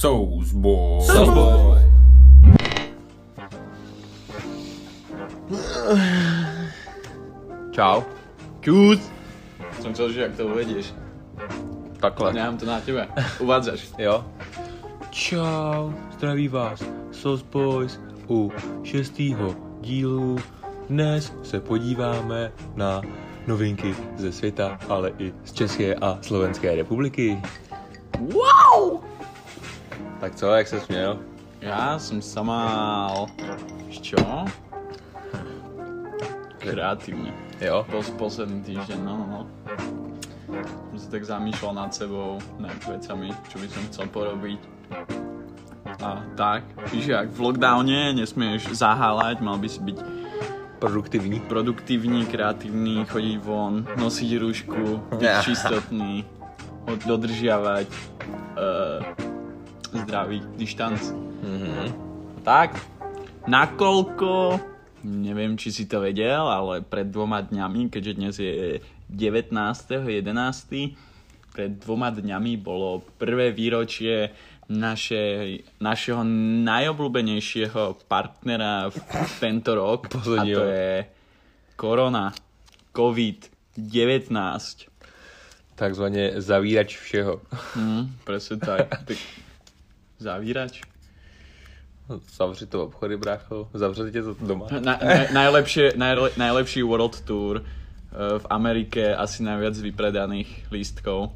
Sousboy. Čau. Čus. Som chcel, že jak to uvedieš. Takhle. Nechám to na tebe. Uvádzaš. Jo. Čau, zdraví vás Sauce Boys u 6. dílu. Dnes se podíváme na novinky ze světa, ale i z České a Slovenské republiky. Wow! Tak co, jak se směl? Ja som sa mal... Čo? Kreatívne. Jo. Posledný týždeň, no. Som sa tak zamýšľal nad sebou, nad vecami, čo by som chcel porobiť. A tak, víš jak, v lockdowne nesmieš zaháľať, mal by si byť produktívny, kreatívny, chodiť von, nosiť rúšku, byť čistotný, dodržiavať zdravý dištanc. Mm-hmm. Tak, nakoľko, neviem, či si to vedel, ale pred 2 dňami, keďže dnes je 19.11., pred 2 dňami bolo prvé výročie našeho najobľúbenejšieho partnera v tento rok. A to je korona, COVID-19. Takzvaně zavírač všeho. Presne tak. Zavírač? Zavři to obchody, brácho. Zavři tě to doma. Najlepší World Tour v Amerike, asi najviac vypredaných lístkov.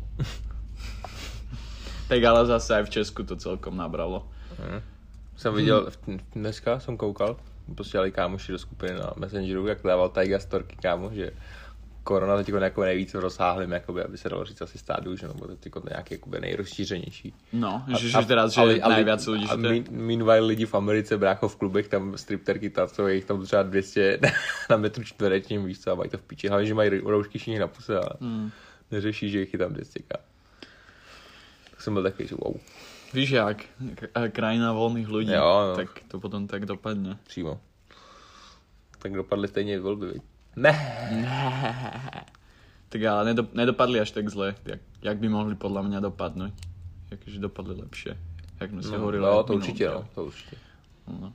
Tak ale zase aj v Česku to celkom nabralo. Jsem viděl, dneska jsem koukal, posílali kámoši do skupiny na Messengeru, jak dával Taiga storky, kámo, že korona teď jako nejvíc rozsáhlým, jakoby, aby se dalo říct asi stádu, že nebo to nějaký jakoby nejrozšířenější. No, že teraz, že najviac ľudí, že to je... Meanwhile lidi v Americe, brácho v klubech, tam stripterky tancou, je jich tam třeba 200 na metru čtverečním, víš co, a mají to v piči, hlavně, že mají roušky všichni na puse, ale neřeší, že jich je tam 200k. Tak jsem byl takový, že wow. Víš jak, krajina volných ľudí, jo, no. Tak to potom tak dopadne. Přímo. Tak dopadly stejně volby, viď? Ne. Tak ale nedopadli až tak zle, jak by mohli podľa mňa dopadnúť. Jakože dopadli lepšie. Jak sme si hovorili. No, to určitě, to určitě. No.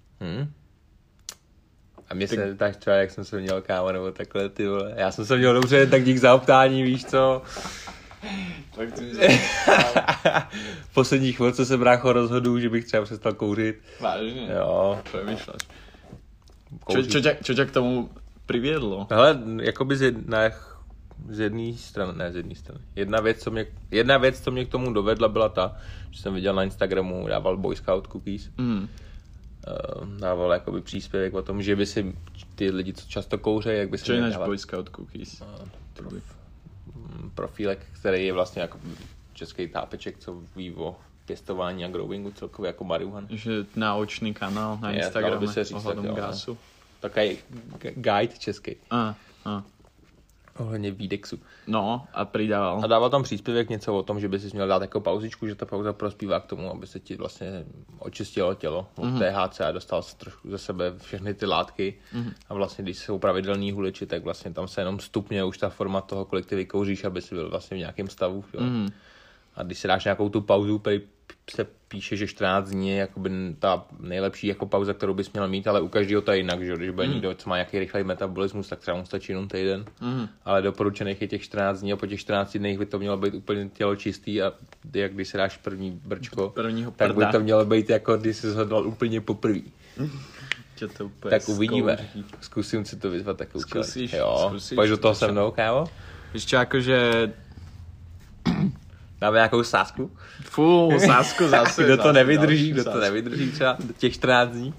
A mě se tak třeba, jak jsem se měl, kámo, nebo takhle, ty vole. Já jsem se měl dobře, tak dík za optání, víš co? Tak ty v posledních chvilce se, brácho, rozhodu, že bych třeba přestal kouřit. Vážně? Jo. Přemýšľaš. Čo ťa k tomu priviedlo? Hele, jakoby z jedné strany. Jedna věc, co mě k tomu dovedla, byla ta, že jsem viděl na Instagramu, dával Boy Scout cookies. Dával jakoby příspěvek o tom, že by si ty lidi, co často kouřejí, jak by se čo je náš Boy Scout cookies? Profílek, který je vlastně jako český tápeček, co ví o pěstování a growingu celkově jako marihuan. Že naučný kanál na Instagrame ohľadom gasu. Takový guide český. A. Ohledně výdexu. No a pridával. A dával tam příspěvek něco o tom, že by si měl dát jako pauzičku, že ta pauza prospívá k tomu, aby se ti vlastně očistilo tělo od THC a dostal se trošku ze sebe všechny ty látky. A vlastně když jsou pravidelní huliči, tak vlastně tam se jenom stupně už ta forma toho, kolik ty vykouříš, aby si byl vlastně v nějakém stavu. Jo. A když si dáš nějakou tu pauzu, se píše, že 14 dní je jakoby ta nejlepší jako pauza, kterou bys měl mít, ale u každého to je jinak, že když bude někdo, co má nějaký rychlej metabolismus, tak třeba mu stačí jenom týden, ale doporučených je těch 14 dní a po těch 14 dnech by to mělo být úplně tělo čistý a jak když si dáš první brčko, tak by to mělo být jako když jsi zhodnal úplně poprvé. Tak uvidíme. Zkusím si to vyzvat takovou challenge. Jo, pojď do toho se mnou, kámo? Ještě jakože... Dáme nějakou sásku? Sásku zase. Kdo to nevydrží třeba těch 14 dní?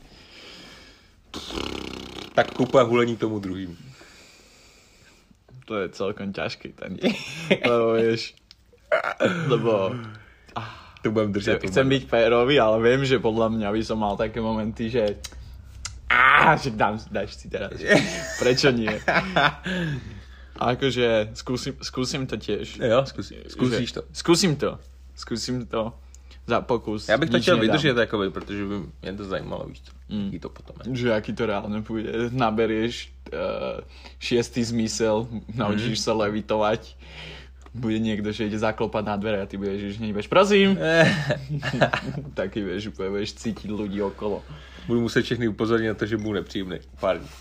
Tak kupuje hulení tomu druhým. To je celkom ťažký ten. Lebo to budem držet. Chcem byť férový, ale viem, že podľa mňa by som mal také momenty, že že dáš si teraz. Prečo nie? A akože skúsim to tiež. Jo, skúsíš to. Skúsim to za pokus. Já bych to chtěl vydržet jakoby, protože by mě to zajímalo, víš co, jaký to potom je. Že aký to reálne pôjde. Naberieš 6. zmysel, naučíš sa levitovať bude niekto, že ide zaklopať na dvere a ty budeš hneď prosím. Taky vieš, úplne budeš cítiť ľudí okolo. Budu muset všechny upozornit na to, že budu nepříjemný. Pár dní.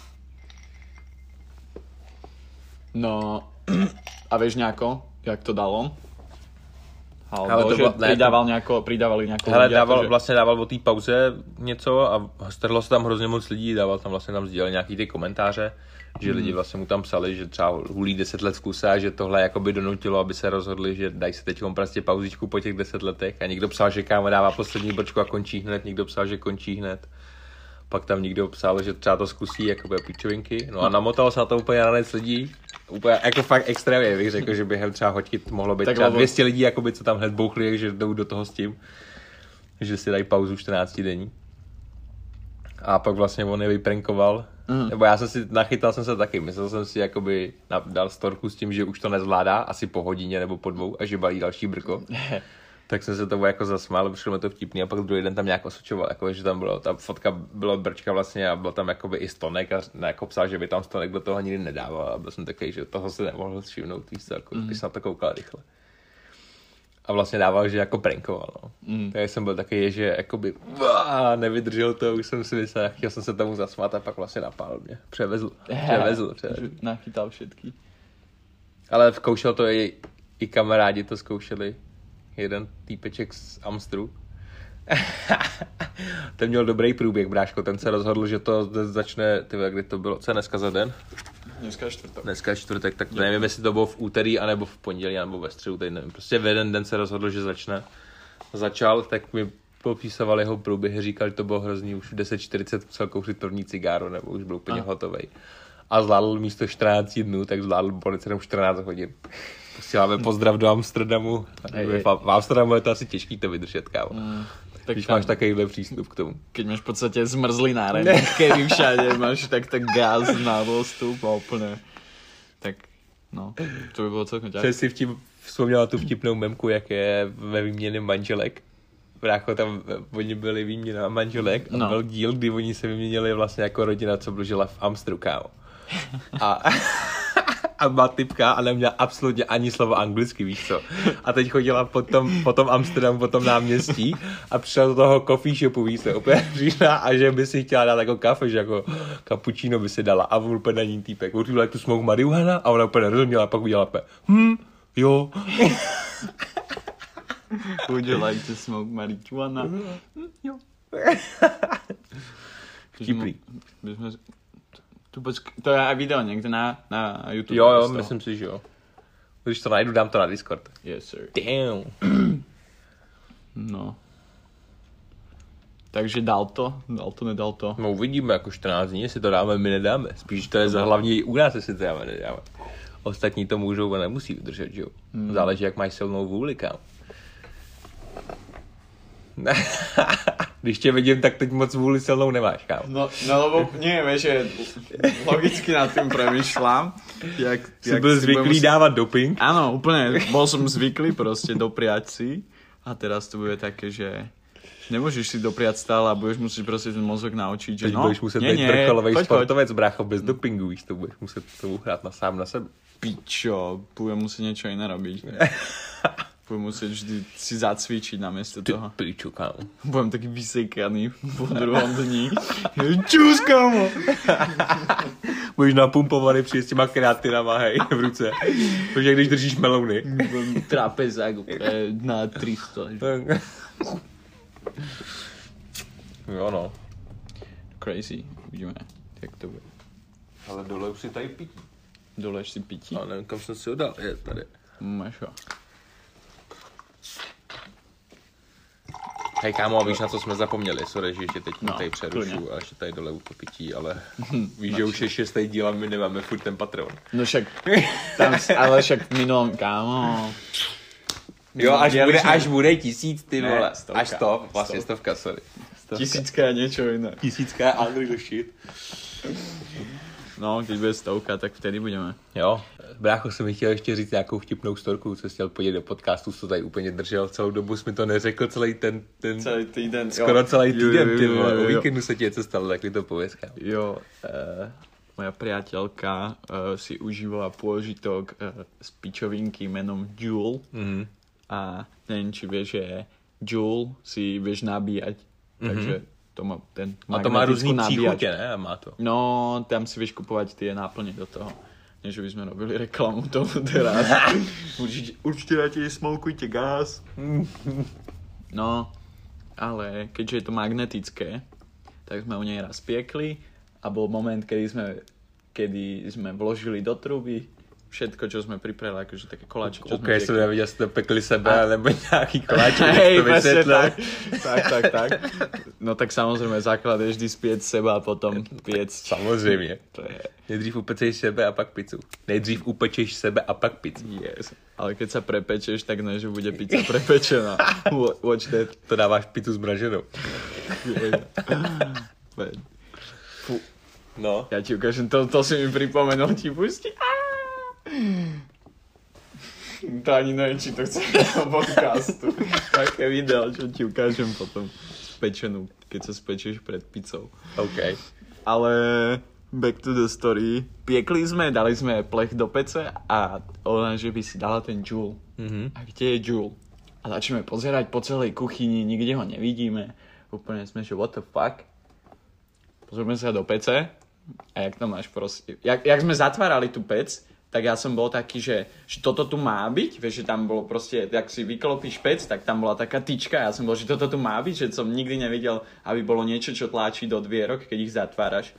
No, a vieš nejako, jak to dalo? Ale to že pridávali nejako hele, ľudia? dával o té pauze něco a strhlo se tam hrozně moc lidí, dával tam vlastně tam sdílel nějaký ty komentáře, že lidi vlastně mu tam psali, že třeba hulí 10 let z kuse a že tohle jakoby donutilo, aby se rozhodli, že dají se teď prostě pauzičku po těch 10 letech a někdo psal, že kámo dává poslední brčku a končí hned, někdo psal, že končí hned. Pak tam někdo psal, že třeba to zkusí jakoby píčovinky, no a namotalo se na to úplně ranec lidí. Úplně jako fakt extrémně bych řekl, že během třeba hoďky mohlo být třeba 200 lidí, jakoby, co tam hned bouchli, že jdou do toho s tím, že si dají pauzu 14 denní. A pak vlastně on je vyprankoval, nebo já jsem si, nachytal jsem se taky, myslel jsem si jakoby dal storku s tím, že už to nezvládá, asi po hodině nebo po 2 a že balí další brko. Tak jsem se tomu jako zasmál, přišlo mi to vtipný a pak druhý den tam nějak osočoval, jako, že tam bylo, ta fotka byla brčka vlastně a byl tam jakoby i stonek a jako psal, že by tam stonek do toho nikdy nedával a byl jsem takový, že toho se nemohl všimnout, víc, jako, když jsem na to koukal rychle. A vlastně dával, že jako prankoval, no. Takže jsem byl takový, že jakoby nevydržel to, už jsem si myslel, chtěl jsem se tomu zasmát a pak vlastně napál mě. Převezl. Nachytal všetky. Ale zkoušel to i kamarádi to zkoušeli. Jeden týpeček z Amstru. Ten měl dobrý průběh, bráško. Ten se rozhodl, že to začne, tyhle, kdy to bylo, co je dneska za den? Dneska je čtvrtek, tak nevím, jestli to bylo v úterý, anebo v pondělí, nebo ve středu, teď nevím. Prostě v jeden den se rozhodl, že začne. Začal, tak mi popísoval jeho průběh, říkal, že to bylo hrozný, už v 10:40 musel kouřit první cigáro, nebo už byl úplně hotovej. A zvládl místo 14 dnů, tak zvládl policie jenom 14 hodin. Posíláme pozdrav do Amsterdamu. V Amsterdamu je to asi těžký to vydržet, kámo. Když máš takovýhle přístup k tomu. Keď máš v podstate zmrzlináren, kedy všade máš tak gaz na dostup a úplne. Tak, no, to by bylo celkom ťažké. Že si vzpomněla tu vtipnou memku, jak je ve výměně manželek. Brácho, tam oni byli výměna manželek a byl díl, kdy oni se vyměnili vlastně jako rodina, co žila v Amstru, kámo. A má typka a neměla absolutně ani slovo anglicky, víš co. A teď chodila po tom Amsterdamu, po tom náměstí a přišla do toho coffee shopu, víš co, úplně říká, a že by si chtěla dát jako kafe, že jako cappuccino by si dala a on úplně na ní týpek. Would you like to smoke marihuana? A ona úplně nerozuměla a pak udělala jo. Would you like to smoke marihuana? Jo. Vtipný. To je video někde na YouTube. Jo, myslím si, že jo. Když to najdu, dám to na Discord. Yes, sir. Damn. No. Takže dal to, nedal to. No uvidíme, jako 14 dní, jestli to dáme, my nedáme. Spíš to je za hlavní u nás, jestli to dáme, nedáme. Ostatní to můžou a nemusí vydržet, že jo. Záleží, jak máš silnou vůli, kámo. Když tě vidím, tak teď moc vůli silnou nemáš, kámo. No lebo nie, vieš, že logicky nad tým premýšľam. Si byl zvyklý dávat doping? Áno, úplne. Bol som zvyklý proste dopriať si. A teraz to bude také, že nemôžeš si dopriať stále a budeš musieť proste ten mozog naučiť, že teď budeš muset být vrcholovej sportovec, brácho, bez dopingu, víš, to budeš muset to uhrát sám na sebe. Pičo, budem musieť niečo iné robiť. Budem musieť vždy si zacvičiť namiesto toho. Ty piču, kámo. Budem taký vysejkaný po druhom dní. Čus, kámo. Budeš napumpovaný přijít s těma kreatinama, hej, v ruce. Protože když držíš melouny. Budem trapezák na 300. Jo, no. Crazy. Vidíme, jak to bude. Ale dole už si tady pití. Doleš si pití? Ale nevím, kam jsem si ho dal. Je tady. Máš ho. Hej kámo, víš, na co jsme zapomněli? Sorry, že ještě teď tady přerušu a ještě tady dole u to pití, ale víš, že už je 6. díl a my nemáme furt ten Patreon. No však, ale však v minulom, kámo. Jo, až bude 1000, ty vole. Až 100, vlastně 100, sorry. 1000 a niečo iné. 1000 angry shit. No, když bude 100, tak vtedy budeme. Jo, brácho, jsem mi chtěl ještě říct nějakou vtipnou storku, co jsi chtěl podívat do podcastu, co tady úplně držel celou dobu, jsi mi to neřekl celý ten celý týden, skoro celý týden, ty vole, o víkendu se ti něco stalo, tak mi to pověz, kámo. Jo, moja priateľka si užívala pôžitok z pičovinky menom Joule. A neviem, či vieš, že Joule si vieš nabíjať. Takže to má ten a to má různý příchutě, ne? A má to. No, tam si vieš kupovať tie náplne do toho. Nie, že by sme robili reklamu tomu teraz. určite dáte, smolkujte gás. No, ale keďže je to magnetické, tak sme u nej raz piekli a bol moment, kedy sme vložili do truby všetko, čo sme pripravili, akože také koláče, čo sme piekli. Som ja videl, ste to pekli sebe, alebo nejaký koláče, hej, presne tak. No tak samozrejme, základ je vždy spiec seba a potom piec. Samozřejmě. Nejdřív upečeš sebe a pak pizzu. Nejdřív upečeš sebe a pak pizzu. Yes. Ale keď sa prepečeš, tak ne, že bude pizza prepečená. Watch that. To dáváš pizzu zmraženou. Fú. No. Ja ti ukážem, to si mi pripomenul, ti pustí. To ani neviem, či to chce do podcastu. Také video, čo ti ukážem potom. Spečenú, keď sa spečeš pred pizzou. OK. Ale back to the story. Piekli sme, dali sme plech do pece a ona, že by si dala ten Joule. A kde je Joule? A začneme pozerať po celej kuchyni, nikde ho nevidíme. Úplne sme, že what the fuck? Pozrieme sa do pece a jak to máš proste... Jak sme zatvárali tú pec, tak ja som bol taký, že toto tu má byť, vieš, že tam bolo proste, jak si vyklopíš pec, tak tam bola taká tyčka, ja som bol, že toto tu má byť, že som nikdy nevidel, aby bolo niečo, čo tlačí do dvierok, keď ich zatváraš.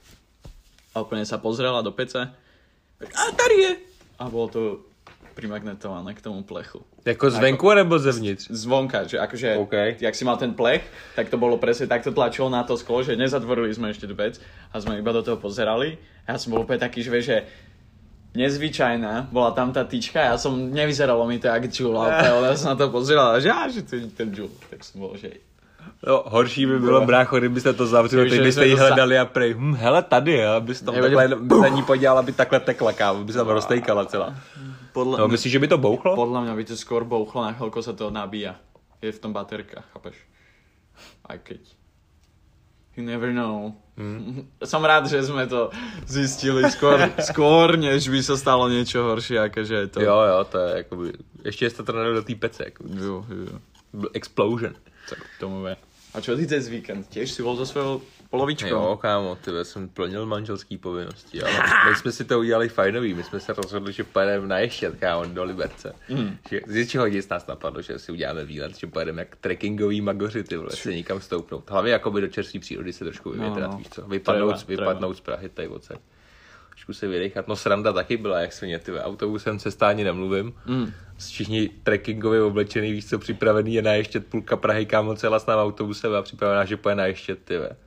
A úplne sa pozrela do pece a tady je! A bolo to primagnetované k tomu plechu. Jako zvenku nebo zevnitř? Zvonka, že akože, okay. Jak si mal ten plech, tak to bolo presne, tak to tlačilo na to sklo, že nezatvorili sme ešte tú pec a sme iba do toho pozerali. A ja som bol úplne taký, že vieš, že nezvyčajná, bola tam tá tyčka a ja som, nevyzeralo mi to jak Joule, ale ona sa na to pozerala, že to je ten Joule. Tak som bol, že... No, horší by bylo, brácho, kdybyste to zavřeli, teď byste ji hledali a prej, hele tady, abys tam takhle na ní podíval, aby takhle tekla káva, by se tam roztejkala celá. No, myslíš, že by to bouchlo? Podľa mňa by to skôr bouchlo, na chvíľko sa to nabíja. Je v tom baterka, chápeš? Aj keď... You never know. Som rád, že sme to zistili skôr, než by sa stalo niečo horšie, akože je to... Jo, to je jakoby... Ještě jste to nedali do té pece, jako... Jo. Byl explosion. Tak tomu je. A čo ty cez víkend? Tiež si bol so svojou polovičkou? Jo, kámo, jsem plnil manželský povinnosti, ale my jsme si to udělali fajnový, my jsme se rozhodli, že pojedeme na Ještěd, kámo, do Liberce. Z čeho nic nás napadlo, že si uděláme výlet, že pojedeme jak trekkingový magoři, ty vole, se někam stoupnout. Hlavně jakoby do čerstvé přírody se trošku vyvětrat, víš co, vypadnout z Prahy, tady odsaď. Trošku se vydechat, no sranda taky byla, jak svině, ty autobusem cesta ani nemluvím. Všichni trekkingově oblečený, víš co, připravený je na Ještěd, půlka Prahy, kámo, celá s náma autobusem a připravená, že poje na Ještěd, ty ve.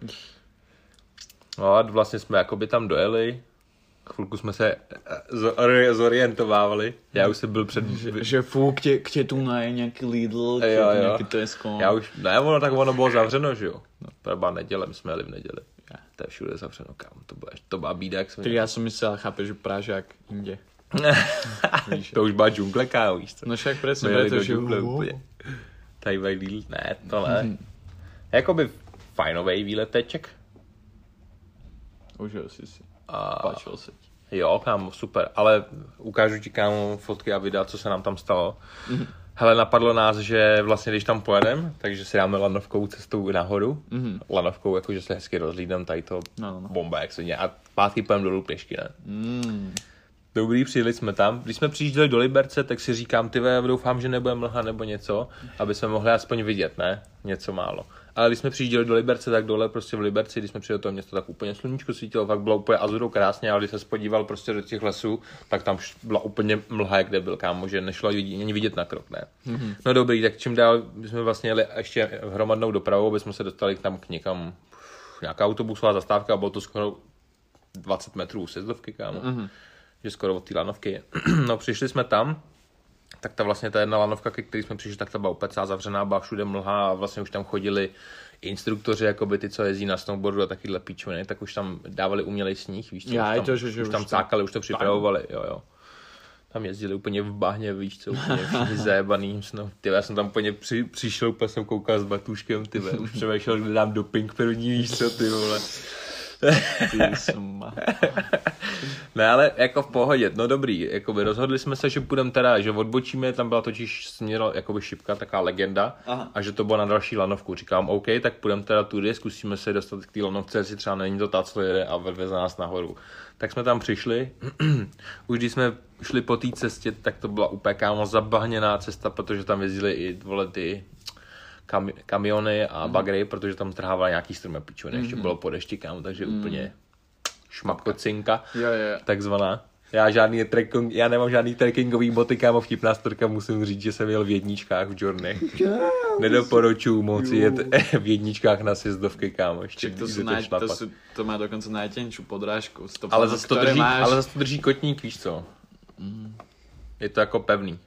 No a vlastně jsme jakoby tam dojeli, chvilku jsme se zorientovávali, já už jsem byl před... Že fú, kde tu je nějaký Lidl, nějaký Tesco. Já už, ne, ono bylo zavřeno, že jo. No, třeba neděle, my jsme jeli v neděli. To je všude zavřeno, kámo, to byla bída, jak jsme... Tak já jsem myslel, chápeš, že Pražák jinde. To už byla džungle, kámo, víš co. No však presne, pretože... Tady byl Lidl, ne, to ne. Jakoby fajnovej výleteček. Užil si. Páčil se ti. Jo, kámo, super, ale ukážu ti, kámo, fotky a videa, co se nám tam stalo. Hele, napadlo nás, že vlastně, když tam pojedeme, takže si dáme lanovkou cestou nahoru. Lanovkou, jakože se hezky rozlídnem, tady to bomba, jak se děje. A pátky pojedeme dolů pěšky, ne? Dobrý, přijeli jsme tam. Když jsme přijížděli do Liberce, tak si říkám, doufám, že nebude mlha nebo něco, aby jsme mohli aspoň vidět, ne? Něco málo. Ale když jsme přijížděli do Liberce, tak dole prostě v Liberci, když jsme přijeli do toho města, tak úplně sluníčko svítilo, fakt bylo úplně azurou krásně, ale když se podíval prostě do těch lesů, tak tam byla úplně mlha, jak byl, kámo, že nešlo ani vidět na krok, ne? No dobrý, tak čím dál jsme vlastně jeli ještě hromadnou dopravou, aby jsme se dostali tam k někam, nějaká autobusová zastávka, bylo to skoro 20 metrů sjezdovky, kámo. Že skoro od té lanovky. No přišli jsme tam, tak ta jedna lanovka, ke který jsme přišli, tak ta byla úplně celá zavřená, byla všude mlha a vlastně už tam chodili instruktoři, jakoby ty, co jezdí na snowboardu a takovýhle píčoviny, tak už tam dávali umělej sníh, víš co, už tam cákali, už to připravovali, jo. Tam jezdili úplně v bahně, víš co, úplně všichni zajebaný. Já jsem tam úplně přišel, úplně jsem koukal s batůžkem, už přemýšlel, kde dám doping první, víš co, ty vole. Ne, ale jako v pohodě, no dobrý, jakoby rozhodli jsme se, že půjdeme teda, že odbočíme, tam byla totiž směr, jakoby šipka, taková legenda, a že to bylo na další lanovku. Říkám, OK, tak půjdeme teda tudy, zkusíme se dostat k té lanovce, jestli třeba není to ta, co jede a odveze nás nahoru. Tak jsme tam přišli, už když jsme šli po té cestě, tak to byla úplně kámo zabahněná cesta, protože tam jezdili i ty kamiony a bagry, protože tam strhávaly nějaký stromy pičoviny, ještě bylo po dešti, kámo, takže úplně šmapkocinka, takzvaná. Já nemám žádný trekkingový boty, kámo, vtipná storka, musím říct, že jsem jel v jedničkách v Journey. Nedoporučuju moc jet v jedničkách na sjezdovky, kámo. Ještě to má dokonce najtenčú podrážku. Ale zase to drží kotník, víš co? Je to jako pevný.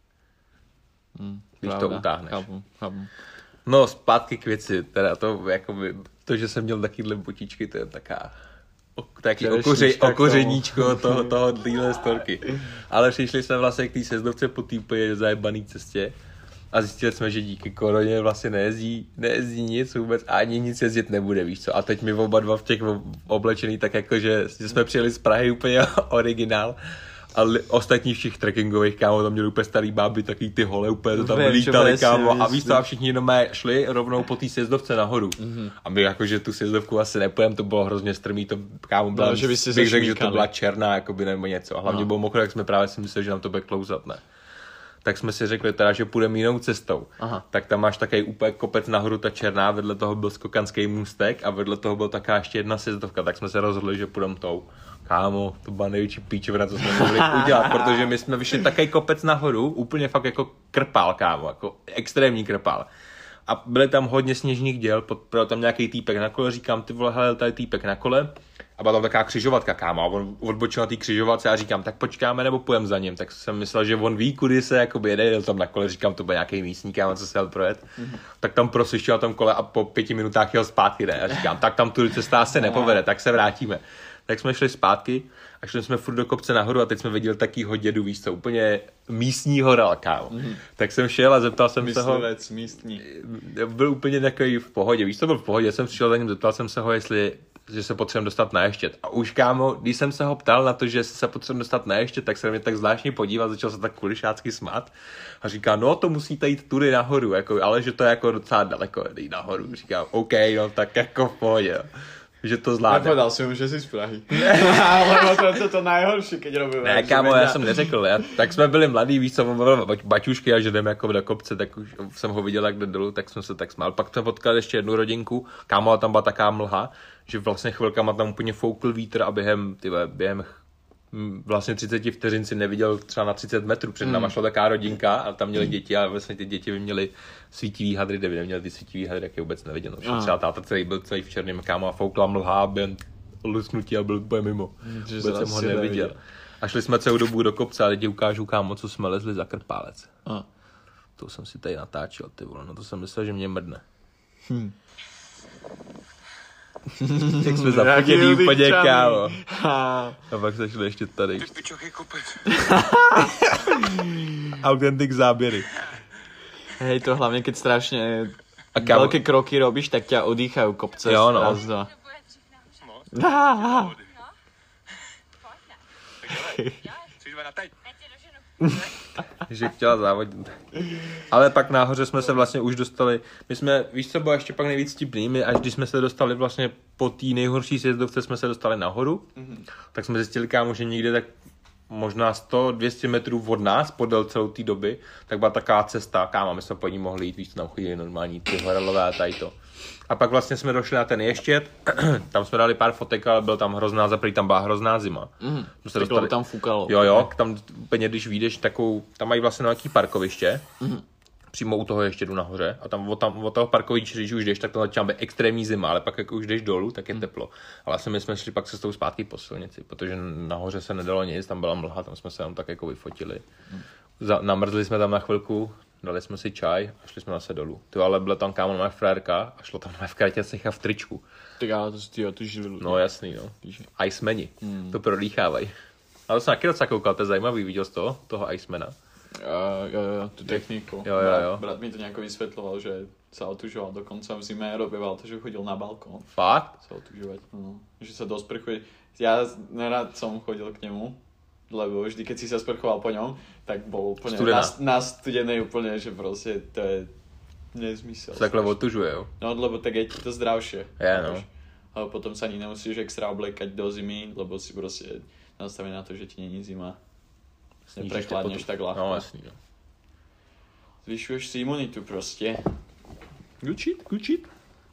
Když to utáhneš. Chápu. No, zpátky k věci, teda to, že jsem měl takovýhle botičky, to je taky okořeníčko téhle storky. Ale přišli jsme vlastně k té sjezdovce po té úplně zajebaný cestě a zjistili jsme, že díky koroně vlastně nejezdí nic vůbec a ani nic jezdit nebude, víš co. A teď my oba dva v těch oblečený tak jako, že jsme přijeli z Prahy úplně originál. A ostatní všech trekkingových, kámo, tam měli úplně starý báby, takový ty hole, úplně to tam lítali, kámo, a víš co, a všichni jenom šli rovnou po té sjezdovce nahoru. A my jakože tu sjezdovku asi nepůjdeme, to bylo hrozně strmý, to kámo byla, bych řekl, že to byla černá, jakoby nebo něco. A hlavně bylo mokro, jak jsme právě si mysleli, že nám to bude klouzat, ne. Tak jsme si řekli teda, že půjdeme jinou cestou. Tak tam máš takový úplně kopec nahoru, ta černá, vedle toho byl skokanský můstek a vedle toho byl taká ještě jedna sjezdovka, tak jsme se rozhodli, že půjdeme tou. Kámo, to byla největší píčovina, co jsme mohli udělat, protože my jsme vyšli takový kopec nahoru, úplně fakt jako krpál, kámo, jako extrémní krpál. A byly tam hodně sněžných děl, byl tam nějaký týpek na kole, říkám, ty vole, hele, tady týpek na kole, a byla tam taková křižovatka, kámo, a on odbočil na té křižovatce a říkám, tak počkáme nebo půjdeme za ním, tak jsem myslel, že on ví, kudy se jakoby jel tam na kole, říkám, to byl nějaký místní, kámo, co se jel projet, tak tam prosvištěl na tom kole a po 5 minutách jel zpátky, ne, a říkám, tak tam tu cesta se nepovede, tak se vrátíme. Tak jsme šli zpátky a šli jsme furt do kopce nahoru a teď jsme viděli takýho dědu, víš co, úplně místního rala, kámo. Tak jsem šel a zeptal jsem se ho. Místní. Byl úplně takový v pohodě, víš co, byl v pohodě, jsem přišel za ním, zeptal jsem se ho, že se potřebujeme dostat na ještět. A už, kámo, když jsem se ho ptal na to, že se potřebujeme dostat na ještět, tak se na mě tak zvláštně podíval, začal se tak kulišácky smát a říká, no to musíte jít tudy nahoru, jako, ale že to je jako docela daleko, jít nahoru. Říkám, OK, no tak jako v pohodě. Že to zvládne. Nepovedal si mu, že jsi z Prahy. Lebo to najhorší, keď robím. Ne, kámo, já jsem neřekl. Tak jsme byli mladí, víš co, on byl baťušky a že jdeme jako do kopce, tak už jsem ho viděl, jak jde dolů, tak jsem se tak smál. Pak jsme potkali ještě jednu rodinku, kámo, a tam byla taká mlha, že vlastně chvilkama tam úplně foukl vítr a během vlastně 30 vteřin si neviděl třeba na 30 metrů. Před náma šla taká rodinka a tam měli děti a vlastně ty děti by měly svítivý hadry, kde by neměli ty svítivý hadry, tak je vůbec neviděl. Třeba táta byl celý v černém, kámo, a foukla mlha a během lusknutí a byl úplně mimo. Vůbec jsem ho neviděl. A šli jsme celou dobu do kopce a teď ukážu, kámo, co jsme lezli za krpálec. To jsem si tady natáčel, ty vole, no to jsem myslel, že mě mrdne. Jak jsme zapotěný úplně, kámo. A pak se šli ještě tady. Ty pičochy kopec. Authentic záběry. Hej, to hlavně, keď strašně velké kroky robíš, tak ťa odýchajú kopce. Jo, no. Raz, dva. Že chtěla závodit. Ale pak nahoře jsme se vlastně už dostali, my jsme, víš co bylo ještě pak nejvíc vtipný, my až když jsme se dostali vlastně po té nejhorší sjezdovce jsme se dostali nahoru, tak jsme zjistili, kámo, že někde tak možná 100-200 metrů od nás, podél celou té doby, tak byla taková cesta, kámo, my jsme po ní mohli jít, víš co, nám chodili normální ty horelové a tady to. A pak vlastně jsme došli na ten ještět, tam jsme dali pár fotek, ale byl tam hrozná, tam byla hrozná zima. Se dostali, tam fukalo. Jo, tam úplně když vyjdeš takovou, tam mají vlastně nějaký parkoviště, přímo u toho ještě jdu nahoře a tam od toho parkoviště, když už jdeš, tak to začíná být extrémní zima, ale pak jako už jdeš dolů, tak je teplo. Ale my jsme šli pak cestou zpátky po silnici, protože nahoře se nedalo nic, tam byla mlha, tam jsme se tam tak jako vyfotili. Namrzli jsme tam na chvilku, dali jsme si čaj a šli jsme zase dolů. Ty ale byla tam kámo moje frérka a šlo tam v kraťasech a v tričku. Tak ale to žili. No jasný, no. Icemeni, to prodýchávají. Ale to jsem taky docela koukal, to je zajímavý, viděl jsi toho Icemana? Tú techniku. Jo. Brat mi to nejako vysvetľoval, že sa otužoval dokonca v zime, robieval to, že chodil na balkón. Fakt? Sa otužovať, no. Že sa dosprchuje. Ja nerad som chodil k nemu, lebo vždy, keď si sa sprchoval po ňom, tak bol úplne na studenej úplne, že proste to je nezmysel. Takhle otužuje, jo? No, lebo tak je to zdravšie. Ja, no. A potom sa ani nemusíš extra obliekať do zimy, lebo si proste nastavený na to, že ti není zima. Neprechladneš tak ľahko. No, jasný, jo. Zvyšuješ si imunitu proste. Good shit.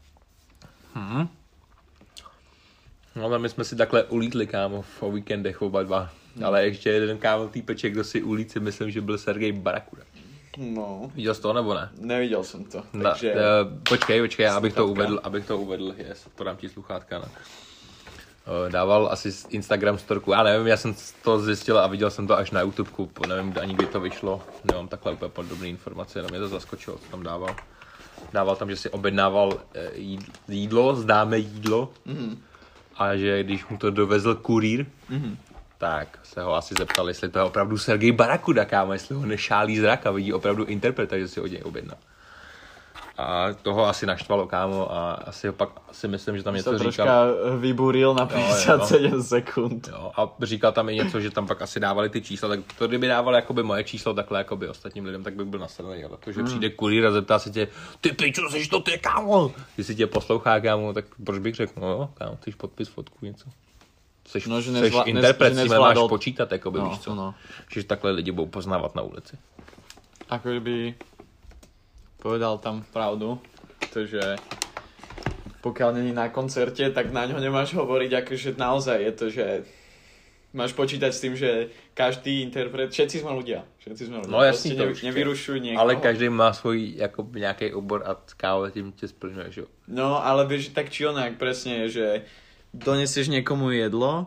No, my jsme si takhle ulítli, kámo, o víkendech oba dva. Ale ještě jeden kámo týpeček, kdo si ulít, si myslím, že byl Sergej Barakuda. No. Viděl jsi to, nebo ne? Neviděl jsem to, takže... Počkej, abych to uvedl, podám ti sluchátka, ne? Dával asi Instagram storku, já nevím, já jsem to zjistil a viděl jsem to až na YouTubeku, nevím ani kdy to vyšlo, nemám takhle úplně podobné informace, jenom mě to zaskočilo, co tam dával. Dával tam, že si objednával jídlo, známé jídlo, a že když mu to dovezl kurýr, tak se ho asi zeptal, jestli to je opravdu Sergej Barakuda, kámo, jestli ho nešálí zrak a vidí opravdu interpreta, že si od něj objednal. A toho asi naštvalo, kámo, a asi pak si myslím, že tam něco říkal. Se troška vyburil na 57 sekund. Jo, a říkal tam i něco, že tam pak asi dávali ty čísla, tak to kdyby dávali jakoby moje číslo takhle jakoby ostatním lidem, tak bych byl nasledný, ale to, že přijde kurýr a zeptá se tě, ty pičo, seš to ty, kámo? Když si tě poslouchá, kámo, tak proč bych řekl, no, kámo, chceš podpis, fotku, něco. Seš interpret, si máš počítat, jakoby, víš co. No. Že takhle lidi budou poznávat na ulici. Ako by povedal tam pravdu, protože pokiaľ není na koncerte, tak na ňo nemáš hovoriť, akože naozaj je to, že máš počítať s tým, že každý interpret, všetci sme ľudia. No jasný to nevyrušuj niekoho. Ale každý má svůj jako nějaký obor a kávo tím tě splňuješ, jo. No, ale vieš, tak či onak presne je, že donesieš niekomu jedlo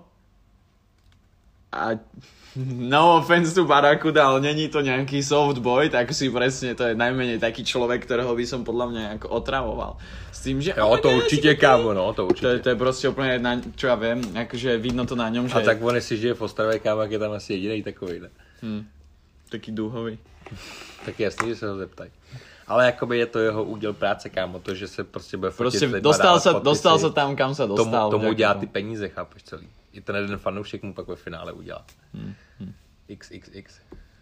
a no offense to Barakuda, ale není to nejaký soft boy, tak si presne, to je najmenej taký človek, ktorého by som podľa mňa ako otravoval. S tým, že... Jo, to určitě, kámo, no, to určitě. To je proste úplne, čo ja viem, akože vidno to na ňom, že... A tak on si žije v Ostravě, kámo, je tam asi jedinej takový, ne? Taký dúhový. Tak jasný, že se ho zeptaj. Ale jakoby je to jeho úděl práce, kámo, to, že se prostě bude fotit prostě dostal se tam, kam se dostal. Tomu dělá ty peníze, chápeš celý. I ten jeden fanoušek mu pak ve finále udělá. XXX.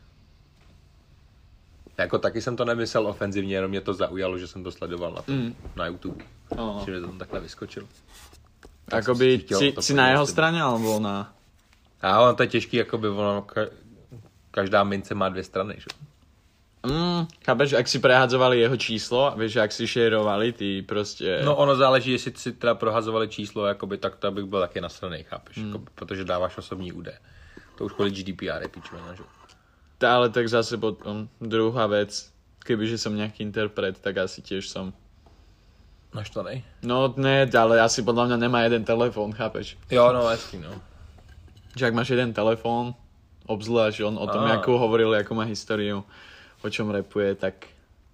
Jako taky jsem to nemyslel ofenzivně, jenom mě to zaujalo, že jsem to sledoval na YouTube. Že to tam takhle vyskočil. Jakoby si na jeho straně, alebo na... A ono to je těžký, jakoby ono, každá mince má dvě strany, že? Chápeš, ak si prehadzovali jeho číslo, vieš, ak si šerovali, ty prostě... No ono záleží, jestli si teda prohazovali číslo, jakoby, tak to bych byl taky nasranej, chápeš, jakoby, protože dáváš osobní údaje. To už kvůli GDPR je pičovina, že? Ale tak zase potom druhá vec, kebyže som nejaký interpret, tak asi tiež som... Naštvanej? No ne, ale asi podľa mňa nemá jeden telefón, chápeš? Jo, no jasný, no. Že ak máš jeden telefón, obzvlášť on o tom, ako hovoril, ako má históriu, o čom rapuje, tak...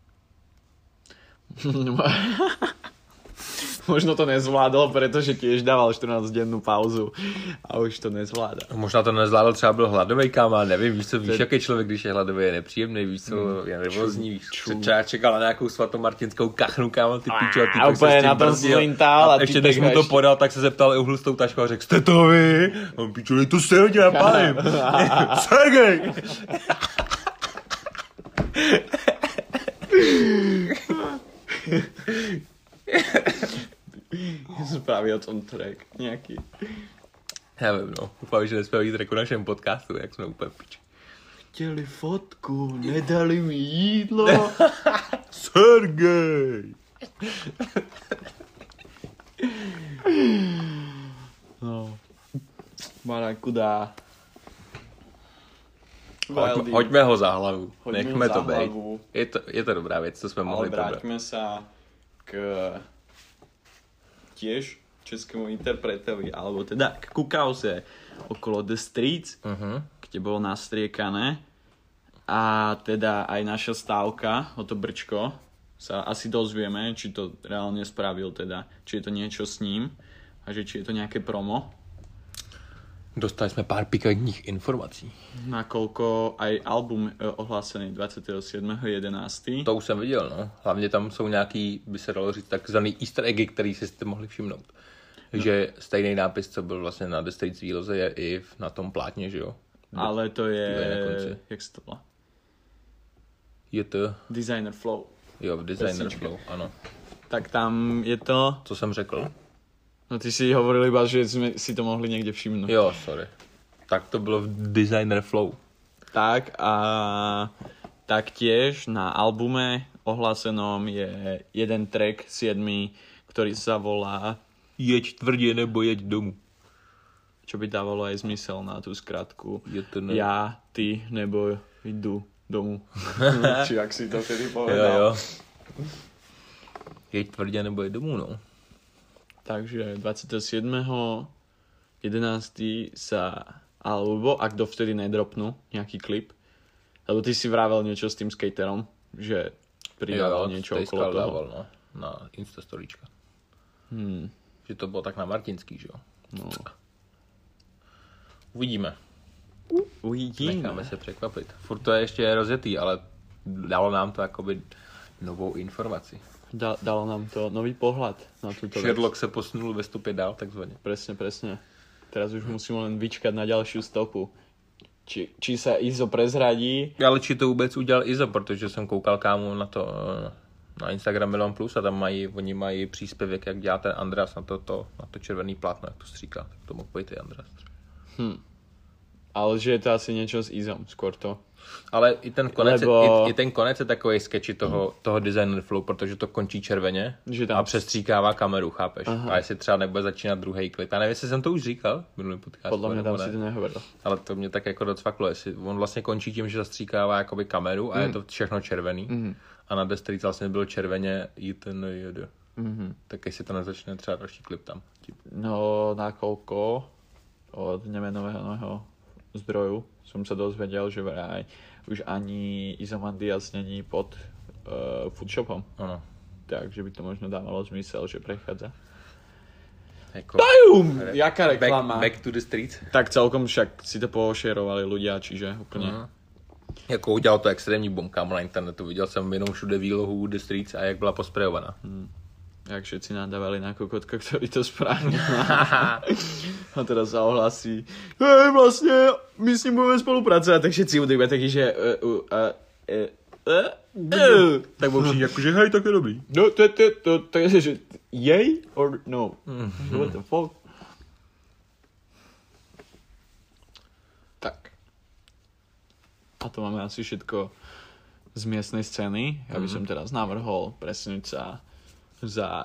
Možno to nezvládol, protože tiež dával 14-dennú pauzu a už to nezvládá. Možná to nezvládl, třeba byl hladový, kámo, nevím, víš co, víš, jaký člověk, když je hladový, je nepříjemný, víš co, je nervózní, víš, třeba čekal na nějakou svatomartinskou kachnu, kámo, ty píčo, a ty úplně na tom zlintál a ještě než mu to podal, tak se zeptal i uhlustou tašku a řekl, jste to vy? A on píčo, to se hodně napálím. Sergej! Spraví o tom track nějaký. Nevím, no. Doufám, že nespraví track o našem podcastu, jak jsme úplně piči. Chtěli fotku, nedali mi jídlo. Sergej! No. Barakuda. Hoďme ho za hlavu. Nechme to být. Je to dobrá věc, co jsme mohli probrat. Ale vráťme sa k tiež českému interpretovi, alebo teda k Kukause okolo The Streets, kde bolo nastriekané. A teda aj naša stávka o to brčko sa asi dozvieme, či to reálne spravil teda, či je to niečo s ním a že či je to nejaké promo. Dostali jsme pár pikantních informací. Nakoľko aj album ohlásený 27.11. To už jsem viděl, no. Hlavně tam jsou nějaký, by se dalo říct, takzvaný easter eggy, který si jste mohli všimnout. No. Že stejný nápis, co byl vlastně na The Streets výloze, je i na tom plátně, že jo? Ale to je... Jak se to volá? Je to... Designer Flow. Jo, Designer Flow, ano. Tak tam je to... Co jsem řekl? No ty si hovoril iba, že jsme si to mohli někde všimnout. Jo, sorry. Tak to bylo v Designer Flow. Tak a taktiež na albume ohlásenom je jeden track 7, ktorý sa volá Jeď tvrdě nebo jeď domů. Čo by dávalo aj zmysel na tú skratku. Ja, ty nebo jdu domů. Či jak si to tedy povedal. Jo. Jeď tvrdě nebo jeď domů, no. Takže 27.11. sa, alebo ak dovtedy nedropnú nejaký klip, lebo ty si vravel niečo s tým skaterom, že pridával niečo okolo toho. Dával, no, na Instastoríčka. Že to bylo tak na Martinský, že jo? No. Uvidíme. Uvidíme. Necháme se překvapit. Furt to je ještě rozjetý, ale dalo nám to jakoby novou informaci. Dalo nám to nový pohľad na túto Sherlock se posunul ve stopě dál, takzvaně. Presne. Teraz už musíme len vyčkať na ďalšiu stopu. Či sa Izo prezradí. Ale či to vůbec udělal Izo, protože jsem koukal kámo na to na Instagram Melon Plus a tam oni mají příspěvek, jak dělá ten Andreas na to červený plátno, jak to stříká. Tak to mohl být i Andreas. Ale že je to asi niečo s Izom, skôr to. Ale i ten konec, i ten konec je takový sketchy toho Designer Flow, protože to končí červeně a přestříkává kameru, chápeš? Aha. A jestli třeba nebude začínat druhý klip. Já nevím, jestli jsem to už říkal v minulý podcast. Podle mě tam si to nehovoril. Ale to mě tak jako docvaklo, jestli on vlastně končí tím, že zastříkává jakoby kameru a je to všechno červený. A na The Streets vlastně bylo červeně JTNJD. Tak jestli to nezačne třeba další klip tam. No, nakoľko od nemenového zdroju som sa dozvedel, že vraj už ani Izomandias není pod Foodshopom. Ano. Takže by to možno dávalo zmysel, že prechádza. Jako BAJUM! Jaká reklama? Back to the Streets. Tak celkom však si to pošerovali ľudia, čiže úplne. Jako udělal to extrémní bomb, kámo, na internetu. Viděl jsem jenom všude výlohu The Streets a jak byla posprejovaná. Jak všetci nadávali na kokotka, ktorý to správne. A teraz sa ohlasí. Vlastne, my s ním budeme spolupracovať. Tak všetci budú iba takí, že... Tak bol všichni akože, hej, tak je dobrý. No, to je, že jej or no? What the fuck? Tak. A to máme asi všetko z miestnej scény. Ja by som teraz navrhol presunúť sa za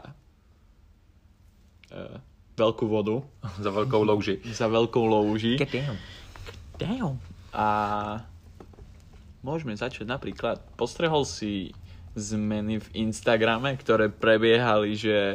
veľkú vodu. Za veľkou louži. Za veľkou louži. Damn. A môžeme začať napríklad. Postrehol si zmeny v Instagrame, ktoré prebiehali, že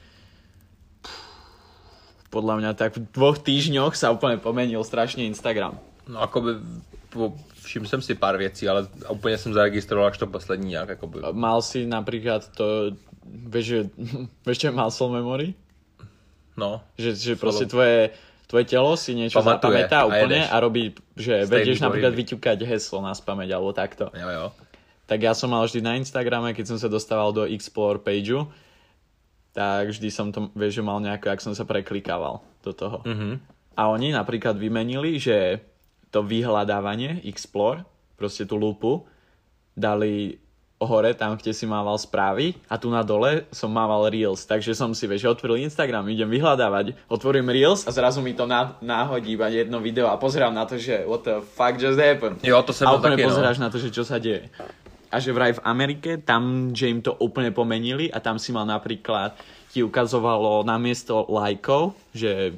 podľa mňa tak v 2 týždňoch sa úplne pomenil strašne Instagram. No akoby všiml jsem si pár věcí, ale úplně jsem zaregistroval až to poslední nějak. Jakoby. Mal si napríklad to, vieš, čo je muscle memory? No. Že proste tvoje telo si niečo pamatuje, zapamätá úplne a robí, že vedieš napríklad vyťukať heslo na spamäť alebo takto. Jo. Tak ja som mal vždy na Instagrame, keď som sa dostával do Explore pageu, tak vždy som to, vieš, že mal nejako, ak som sa preklikával do toho. A oni napríklad vymenili, že to vyhľadávanie Explore, proste tú lupu, dali hore, tam, kde si mával správy a tu na dole som mával Reels. Takže som si, vieš, otvoril Instagram, idem vyhľadávať, otvorím Reels a zrazu mi to náhodí iba jedno video a pozerám na to, že what the fuck just happened. Jo, to som a úplne taky, pozeráš na to, že čo sa deje. A že vraj v Amerike, tam, že im to úplne pomenili a tam si mal napríklad, ti ukazovalo namiesto lajkov, že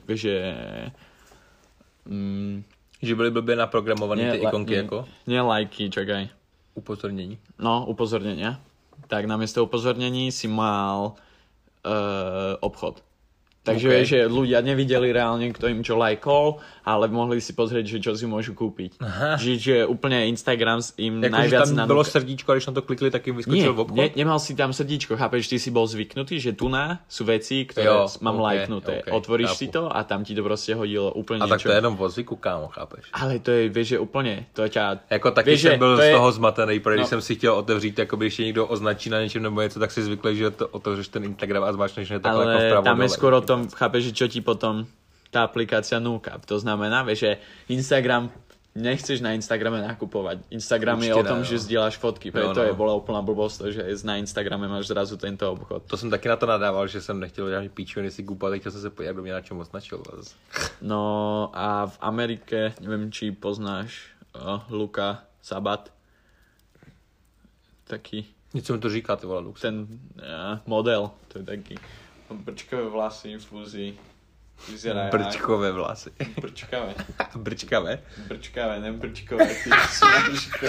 že byly blbě naprogramované ty ikonky jako? Nie lajky, čakaj. Upozornění. No, upozornenia. Tak namiesto upozornení si mal obchod. Takže Okay. že ľudia nevideli reálne, kto im čo lajkol, ale mohli si pozrieť, že čo si môžu kúpiť. Že úplne Instagram im jako, najviac tam bylo srdíčko a když na to klikli, tak jim vyskočil v obchod? Nemal si tam srdíčko, chápeš, ty si bol zvyknutý, že tu sú veci, ktoré mám lajknuté. Otvoríš si to a tam ti to proste hodilo úplne a niečo. A tak to je jenom vo zvyku, kámo, chápeš? Ale to je, vieš, že úplne, to ťa... Jako taky jsem byl z toho zmatený, protože když jsem si chtěl otevřít, jako když je někdo označí na něčem nebo něco, tak si zvyklý, že to otevřeš ten Instagram a zmáčneš že takhle jako vpravo. Ale tam je skôr o tom, chápeš, že čo ti potom tá aplikácia núka. To znamená, vieš, že Instagram, nechceš na Instagrame nakupovať. Instagram určitě je o tom, že zdieľaš fotky. Preto bola úplná blbosť, že na Instagrame máš zrazu tento obchod. To jsem taky na to nadával, že jsem nechtěl žádný píčoviny si kúpať, chtěl jsem se podívat, kdo mě na čem označil. No a v Amerike, neviem, či poznáš Luka Sabat. Taký... Něco mi to říká, ty vole, Lux. Ten model, to je taký brčkové vlasy, fúzy. Vyzerá brčkové vlasy. Brčkavé. Brčkavé? Brčkavé, ne brčkové, ty smažka.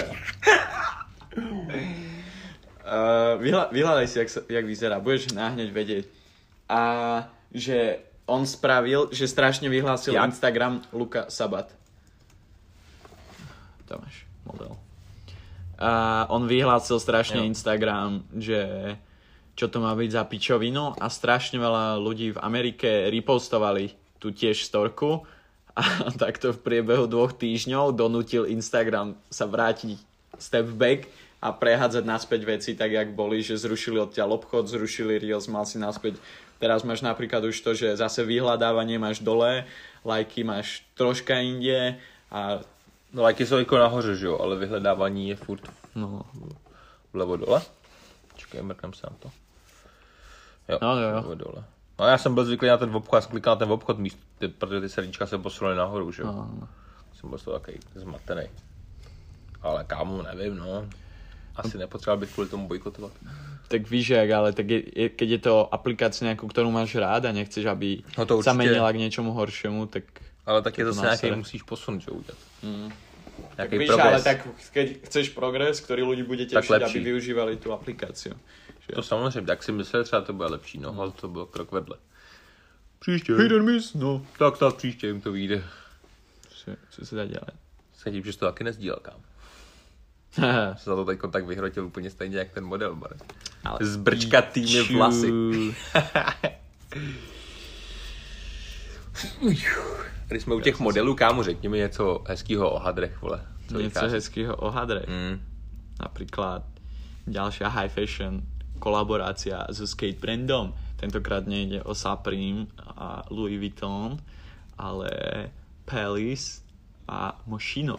Vyhľadaj si, jak vyzerá, budeš náhneď vedieť. A že on spravil, že strašne vyhlásil Instagram Luka Sabat. Tam máš model. A on vyhlásil strašne Instagram, že čo to má byť za pičovinu a strašne veľa ľudí v Amerike repostovali tú tiež storku a takto v priebehu 2 týždňov donútil Instagram sa vrátiť step back a prehádzať naspäť veci tak, jak boli, že zrušili odtiaľ obchod, zrušili Reels, mal si naspäť. Teraz máš napríklad už to, že zase vyhľadávanie máš dole, lajky máš troška inde a no lajky jsou jako nahoře, že jo, ale vyhledávání je furt vlevo dole. Čekaj, mrknem se na to. Jo, vlevo dole. No já jsem byl zvyklý na ten obchod, já jsem klikal na ten obchod místo, protože ty srdíčka se posunuly nahoru, že jo. Jsem byl z toho takový zmatený. Ale kámo, nevím, no. Asi nepotřeboval bych kvůli tomu bojkotovat. Tak víš jak, ale tak keď je to aplikácia nejakú, ktorú máš rád a nechceš, aby sa menila k niečomu horšiemu, tak... Ale tak je to nějaký musíš posun, čo udělat. Tak víš, progres. Ale tak keď chceš progres, ktorý ľudí bude tešiť, aby využívali tú aplikáciu. To samozřejmě, tak si myslel, třeba to bude lepší, no, ale to bylo krok vedle. Příště. No. Tak snad příště jim to vyjde. Co se dá dělat? Se tím, že jsi to taky nezdílel, kam. Se za to teď tak vyhrotil úplně stejně jak ten model, bare. S brčkatými vlasy. Když jsme u těch modelů, kámo, řekni mi něco hezkýho o hadrech, vole. Něco hezkýho o hadrech. Napríklad ďalšia high fashion kolaborácia so skate brandom. Tentokrát nejde o Supreme a Louis Vuitton, ale Palace a Moschino.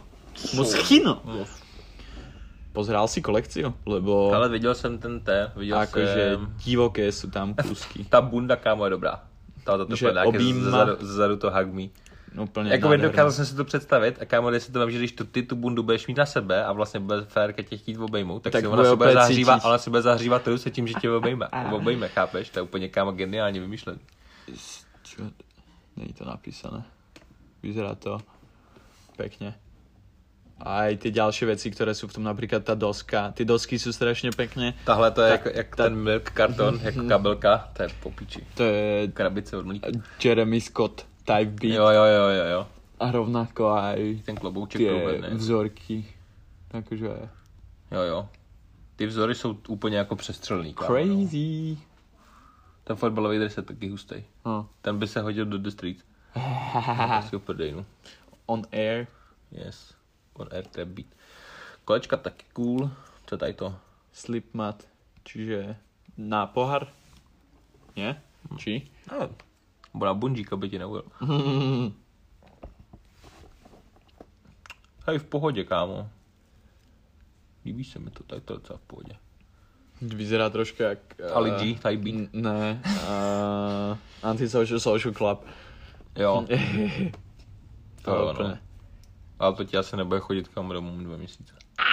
Pozrel si kolekciu? Lebo... Ale viděl jsem ten viděl akože divoké sú tam kusky. Ta bunda, kámo, je dobrá. Ta to zezadu to hug me. Úplně jako dokázal jsem si to představit a kámo, si to vím, že když ty tu bundu budeš mít na sebe a vlastně bude férka tě chtít obejmout, tak si ona se bude zahřívat, ale si bude zahřívat ruce tím, že tě obejme, chápeš? To je úplně kámo geniálně vymyšlený. Čo? Není to napísané. Vyzerá to pekne. A aj tie ďalšie veci, ktoré sú v tom, napríklad tá doska. Ty dosky sú strašne pekne. Tahle to je jak ten milk karton, jako kabelka, to je po piči. To je krabice od mlíka. Jeremy Scott Type Beat. Jo. A rovnako aj ten klobouček tie vzorky. Takže Jo. Ty vzory jsou úplně jako přestřelný. Crazy. Ten fotbalový dres je taky hustý. Ten by se hodil do The Street. Super dejnu. On Air. Yes. On Air Trap Beat. Kolečka taky cool. Co tady to? Slipmat. Čiže na pohár? Nie? Či? No. Bo na bungíka by ti neujel. Hej, v pohodě, kámo. Líbí se mi to, tak to docela v pohodě. Vyzerá trošku jak... Ali G, Type Beat. Ne. Antisocial Social Club. Jo. To je úplne. Ale to ti asi nebude chodit kam domů 2 měsíce.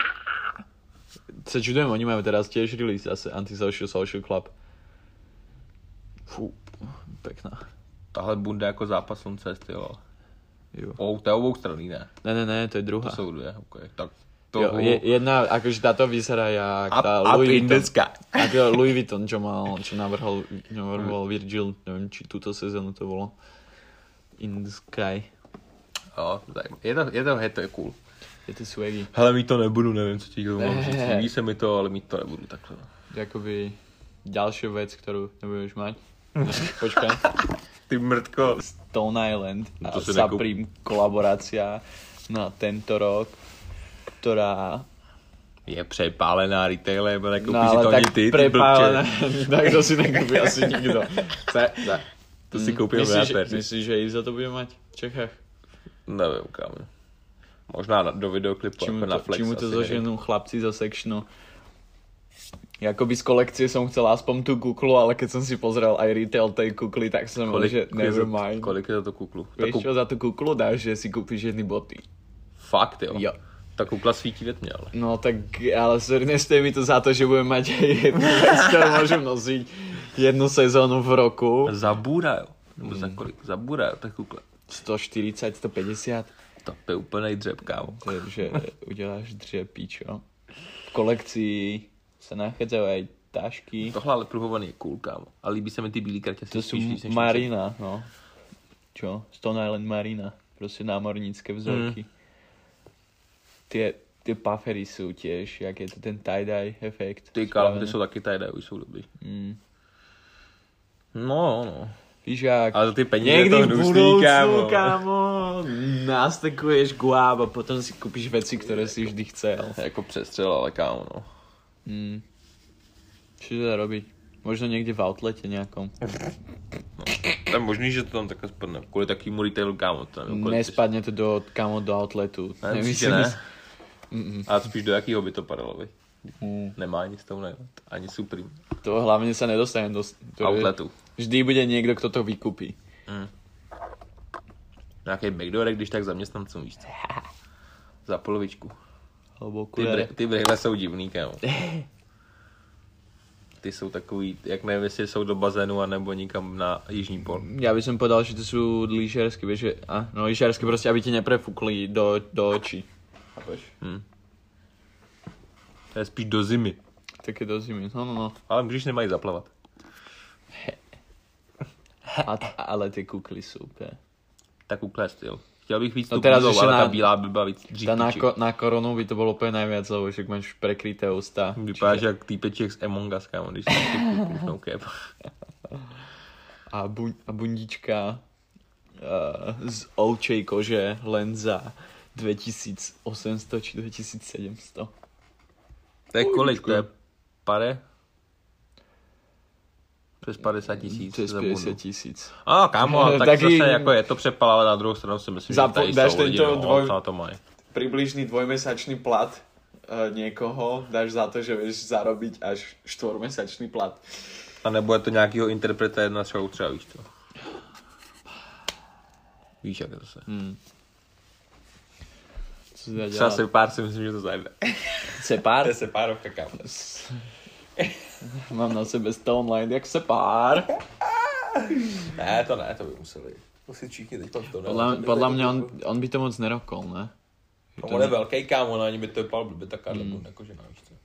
Se čudujem, oni majú teraz tiež release zase Antisocial Social Club. Fú, pekná. Tahle bunda jako zápas slunce, jo. Jo. To je oboustranný, ne? Ne, to je druhá. To jsou dvě, okay. Tak toho. Jedna, akože táto vyzerá jak tá Louis Vuitton. Ako Louis Vuitton, čo navrhol Virgil, neviem, či túto sezónu to bolo. In the Sky. Jo, to je cool. Je to swaggy. Hele, mít to nebudu, nevím, co ti mám říct. Ví se mi to, ale mít to nebudu takhle. Jakoby ďalšiu vec, ktorú nebudeš mať. Počkaj. Ty mrtko. Stone Island a No Supreme kolaborácia na tento rok, ktorá... Je přepálená retailer, ale No ale tak prepálená, tak to si nekúpi asi nikto. To si koupil Myslíš, že Izo to bude mať v Čechách? Nevím, kámo. Možná do videoklipu jako na Flex. Či mu to zoženú chlapci zo sectionu. Jakoby z kolekcie som chcel aspoň tú kuklu, ale keď som si pozrel aj retail tej kukly, tak som mal, že never mind. Kolik je za to kuklu? Vieš čo, za tú kuklu dáš, že si kúpiš jedny boty. Fakt, jo? Jo. Ta kukla svítí ve tmě, ale. No tak, ale sorry, nestojí mi to za to, že budem mať jednu vec, ktorú môžem nosiť jednu sezónu v roku. Zabůra, jo. Nebo za kolik? Zabůra, jo, ta kukla. 140, 150. To je úplnej dřep, kámo. Takže uděláš dřepí, čo? V kolekcii sa nachádzajú aj tašky. Tohle ale pruhovaný je cool, kámo. A líbí se mi ty bílý kraťasy. To sú Marina, no. Čo? Stone Island Marina. Proste námornícke vzorky. Tie puffery sú tiež, jak je to ten tie-dye efekt. Ty kámo, ty jsou taky tie-dye, už jsou dobrý. No. Víš jak, ale ty peníze to hnusný, kámo, nastekuješ guáb a potom si kúpiš veci, ktoré si vždy chcel. Jako přestřel, ale kámo, no. Čo teda robiť? Možno niekde v outlete nejakom. No, to je možný, že to tam takhle spadne. Kvůli takýmu retailu, kámo. Nespadne to do outlatu. Nemyslím, ne? A spíš do jakýho by to padalo, vy? Nemá ani Stone Island, ani Supreme. To hlavne sa nedostane do outletu. Vždy bude niekto, kto to vykupí. Nějaký backdoor, když tak zaměstnancům, víš co? Za polovičku. Ty brýle jsou divný, kámo. Ty jsou takový, jak nevím, jestli jsou do bazénu, anebo nikam na jižní pol. Ja by som povedal, že to sú lyžiarsky, vieš, že... No lyžiarsky proste, aby ti neprefúkli do očí. Chápeš? To je spíš do zimy. Také do zimy, no. Ale když nemají zaplavat. Ale ty kukly sú úplne. Ta kukla je styl. Chtěl bych víc no tu bílou, ale ta bílá by byla víc dřív. Na koronu by to bylo úplně nejvíc, lebo však máš prekryté ústa. Vypadáš jak týpeček z Among Us, kámo, když si kuknou kép. A bundička z ovčej kože len za 2800 či 2700. To je kolik? To je pade? Přes 50 000. Přes 50 A 000. kámo, tak taky... zase jako je to přepal, ale na druhou stranu si myslím, že tady jsou lidi, no, to mají. Približný dvojmesačný plat niekoho dáš za to, že vieš zarobiť až 4-mesačný plat. A nebo je to nějakýho interpreta jedna show třeba, víš to. Víš, jak je to se. Třeba Sepár si myslím, že to zajde. Sepár? To je Sepárovka, kámo. Mám na sebe Stone Line jak Sepár. Ne, to by museli. Musí všichni teď v tom. Podľa mňa on by to moc nerokol, ne? On je velký, kámo, na ní by to vypadal blbě, tak Karle bude jakože na výšce.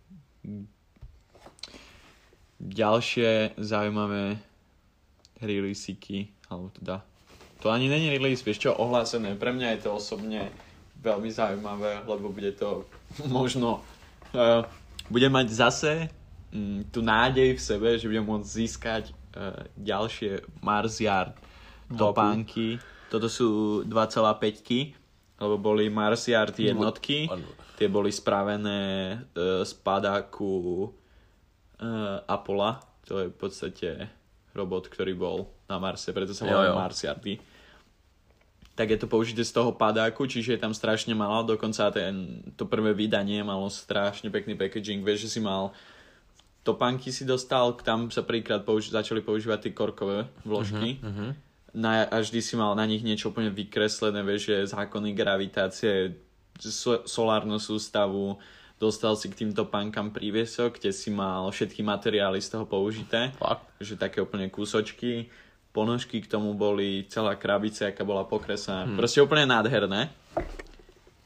Ďalšie zaujímavé releaseiky, alebo teda to ani není release, vieš čo, ohlásené. Pre mňa je to osobne veľmi zaujímavé, lebo bude to možno bude mať zase tú nádej v sebe, že budem môcť získať ďalšie Mars Yard topánky. Toto sú 2,5-ky, lebo boli Mars Yard jednotky. Tie boli spravené z padáku Apollo. To je v podstate robot, ktorý bol na Marse, preto sa volá Mars Yardy. Tak je to použité z toho padáku, čiže je tam strašne málo. Dokonca to prvé vydanie malo strašne pekný packaging. Vieš, že si mal topánky si dostal, tam sa prvýkrát začali používať tie korkové vložky. A vždy si mal na nich niečo úplne vykreslené, vieš, že zákony gravitácie, solárnu sústavu, dostal si k tým topánkam príviesok, kde si mal všetky materiály z toho použité. Fakt? Že také úplne kúsočky, ponožky k tomu boli, celá krabica, aká bola pokresná. Proste úplne nádherné.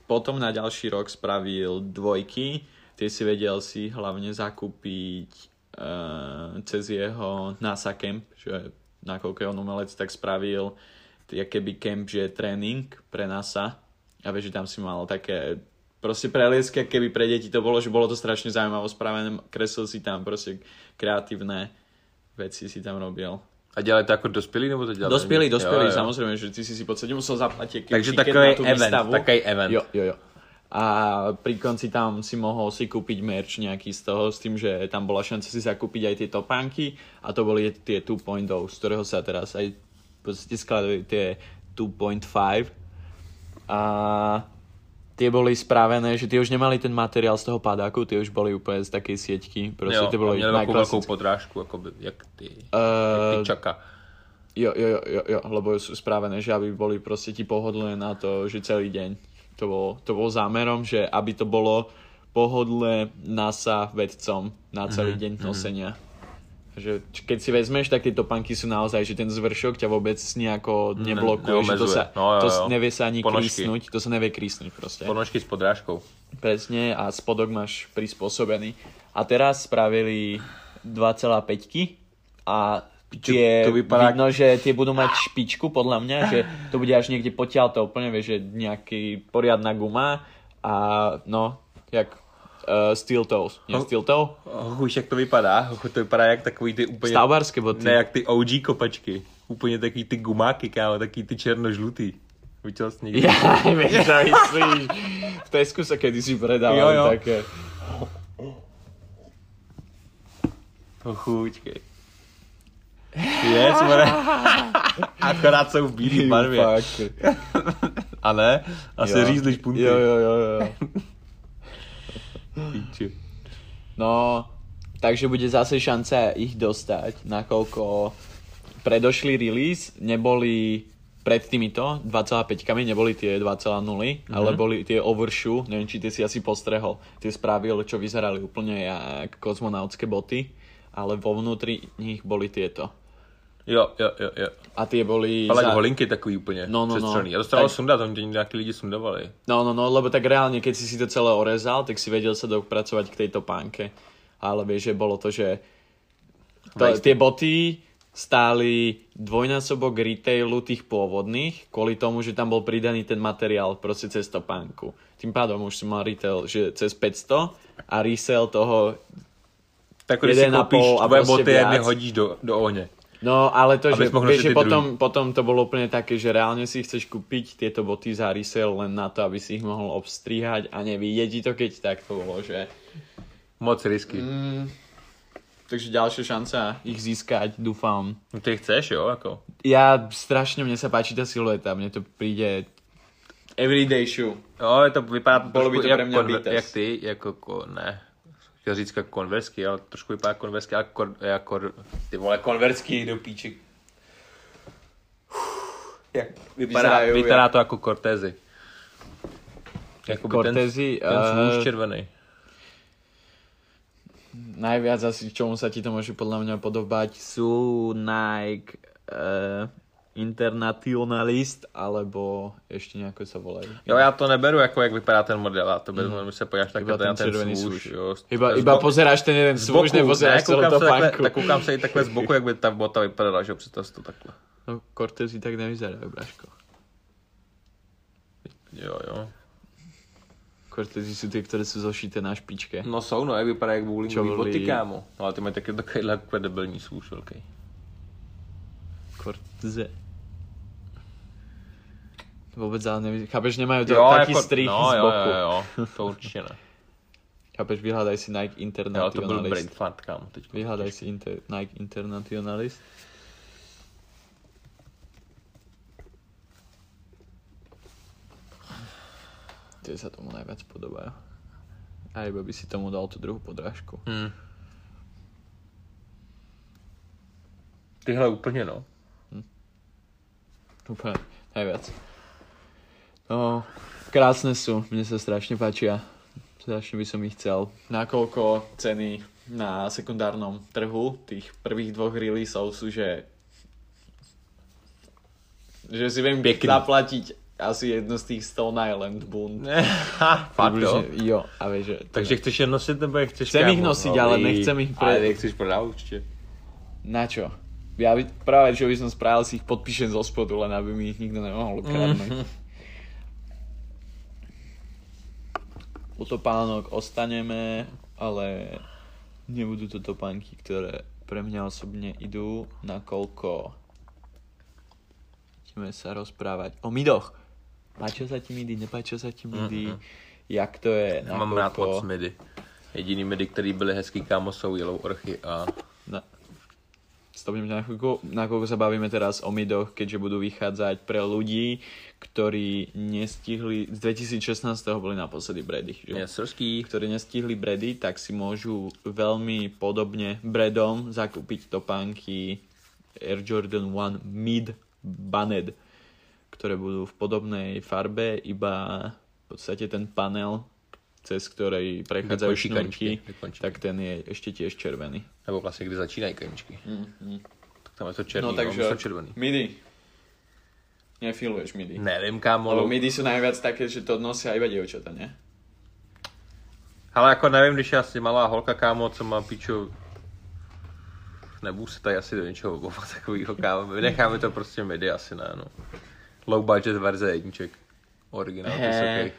potom na ďalší rok spravil dvojky, tie si vedel si hlavne zakúpiť cez jeho NASA Camp, že nakoľko je on umelec, tak spravil keby camp, že je tréning pre NASA a vieš, že tam si mal také proste preliesky, keby pre deti to bolo, že bolo to strašne zaujímavo spravené, kreslil si tam proste kreatívne veci si tam robil. A dělali to jako dospělí, nebo to dělali? Dospělí, samozřejmě, že ty si podstatě musel zaplatit takže takový event. Jo. A pri konci tam si mohol si kúpiť merch nejaký z toho, s tým, že tam bola šanca si zakúpiť aj tie topánky a to boli tie 2.0, z ktorého sa teraz aj v podstate skladajú tie 2.5 a tie boli spravené, že tie už nemali ten materiál z toho padáku, tie už boli úplne z takej sieťky. Proste jo, to bolo měli veľkou podrážku, akoby, jak ty čaka. Jo, lebo sú spravené, že aby boli proste ti pohodlné na to, že celý deň. To bolo zámerom, že aby to bolo pohodlné NASA vedcom na celý deň nosenia. Že keď si vezmeš, tak tie topánky sú naozaj, že ten zvršok ťa vôbec nejako neblokuje, že to nevie sa ani krísnuť, to sa nevie krísnuť proste. Ponožky s podrážkou. Presne, a spodok máš prispôsobený. A teraz spravili 2,5 a tie vidno, že tie budú mať špičku podľa mňa, že to bude až niekde potiaľto úplne, vieš, že nejaký poriadna guma a no, jak steel toes. Nie steel toe? Už jak to vypadá? To vypadá jak takový ty úplně... Stavbarské boty. Ne, jak ty OG kopačky. Úplně takový ty gumáky, kámo, takový ty černožlutý. Viděl jsi někdy? Ja neviem, čo myslíš. V Tesku sa kedysi predávali také. Chuťkej. Yes, akorát jsou v bílý barvě. A ne? A se řízli špunty. Jo. Píči. No, takže bude zase šanca ich dostať, nakoľko predošlý release neboli pred týmito 2,5-kami, neboli tie 2,0, ale boli tie overshoe, neviem, či ty si asi postrehol, tie spravil, čo vyzerali úplne jak kozmonautské boty, ale vo vnútri nich boli tieto. Jo. A tie boli... Ale holinky takový úplně přestřelný. A dostalo sundat, oni nějaký lidi sundavali. No, lebo tak reálne, keď si to celé orezal, tak si vedel sa dopracovať k tejto pánke. Ale vieš, že bolo to, že tie boty stáli dvojnásobok retailu tých pôvodných, kvôli tomu, že tam bol pridaný ten materiál proste cez topánku. Tým pádom už som mal retail, že cez 500 a resale toho 1,5 tak když si koupíš tvoje boty, jak mi hodíš do ohně. No, ale to, že, vieš, že potom to bolo úplne také, že reálne si chceš kúpiť tieto boty za resale len na to, aby si ich mohol obstrihať a nevidieť ti to, keď tak to bolo, že... Moc risky. Takže ďalšia šanca ich získať, dúfam. No ty chceš, jo, ako? Ja strašne, mne sa páči tá silueta, mne to príde everyday shoe. Jo, to vypadá bolo by to pre mňa Beatles. Jak ty, jako ne... Chtěl říct jako konversky, ale trošku vypadá konversky, ale jako ty vole konversky do píček. Vypadá to jako Cortézy. Jako Cortézy, ten smůž červený. Najviac asi, čomu sa ti to môže podľa mňa podobať, sú Nike Internationalist, alebo ešte nejako sa volajú. Jo, já to neberu, jako jak vypadá ten model, a to beru, se podíváš tak na ten svůž. Iba pozeráš ten jeden svůž, nepozeráš celou topánku. Tak koukám se i takhle z boku, jak by ta bota vypadala, že představ to takhle. No, Cortézy tak nevyzerajú, bráško. Jo. Cortézy sú tie, ktoré sú zošité na špičke. No jsou, no, jak vypadá jak bowlingový boty, kámo. No, ale ty mají taky takovýhle kredibilní svůž velký. Cortézy. Vôbec ale nevidím. Chápeš, nemajú to taký strih z boku. Jo, to určite ne. Chápeš, vyhľadaj si Nike Internationalist. Jo, to byl brain fart, kámo. Vyhľadaj si Nike Internationalist. Tie sa tomu najviac podobajú. A iba by si tomu dal tú druhú podrážku. Tyhle úplně, no. Úplne najviac. No, krásne sú, mne sa strašne páčia. Strašne by som ich chcel. Nakoľko ceny na sekundárnom trhu tých prvých dvoch releaseov sú, že si viem zaplatiť asi jednu z tých Stone Island bund. Fakt jo? Jo, a vieš, že... Takže chceš je nosit, nebo je chceš Chcem ich nosiť, ale nechcem ich Ale nechceš prodávat určitě. Na čo? Ja práve, čo by som spravil, si ich podpíšem zo spodu, len aby mi ich nikto nemohol ukradnúť. U topánok ostaneme, ale nebudú to topánky, ktoré pre mňa osobne idú, nakoľko ideme sa rozprávať o midoch. Páčia sa ti midy, nepáčia sa ti midy, jak to je, nakoľko... Mám rád moc midy. Jediný midy, který byly hezký, kámo, jsou Yellow Orchy a... Stopneme na chvíľku, nakoľko sa bavíme teraz o midoch, keďže budú vychádzať pre ľudí, ktorí nestihli, z 2016. boli naposledy Brady, že? Ktorí nestihli Brady, tak si môžu veľmi podobne Bradom zakúpiť topánky Air Jordan 1 Mid Banned, ktoré budú v podobnej farbe, iba v podstate ten panel, cez ktorej prechádzajú šnúrky, tak ten je ešte tiež červený. Nebo vlastně, kdy začínají kaničky. Tak tam je to černý, no, takže to červený. Midi. Nefiluješ midi. Nevím, kámo. Lebo midi sú najviac také, že to nosia iba dievčata, ne? Ale jako nevím, když je asi malá holka, kámo, co má piču... Nebudu se tady asi do něčeho obovat takovýho, kámo. Vynecháme to prostě midi, asi ne, no. Low budget verze jedniček. Originál, vysoký.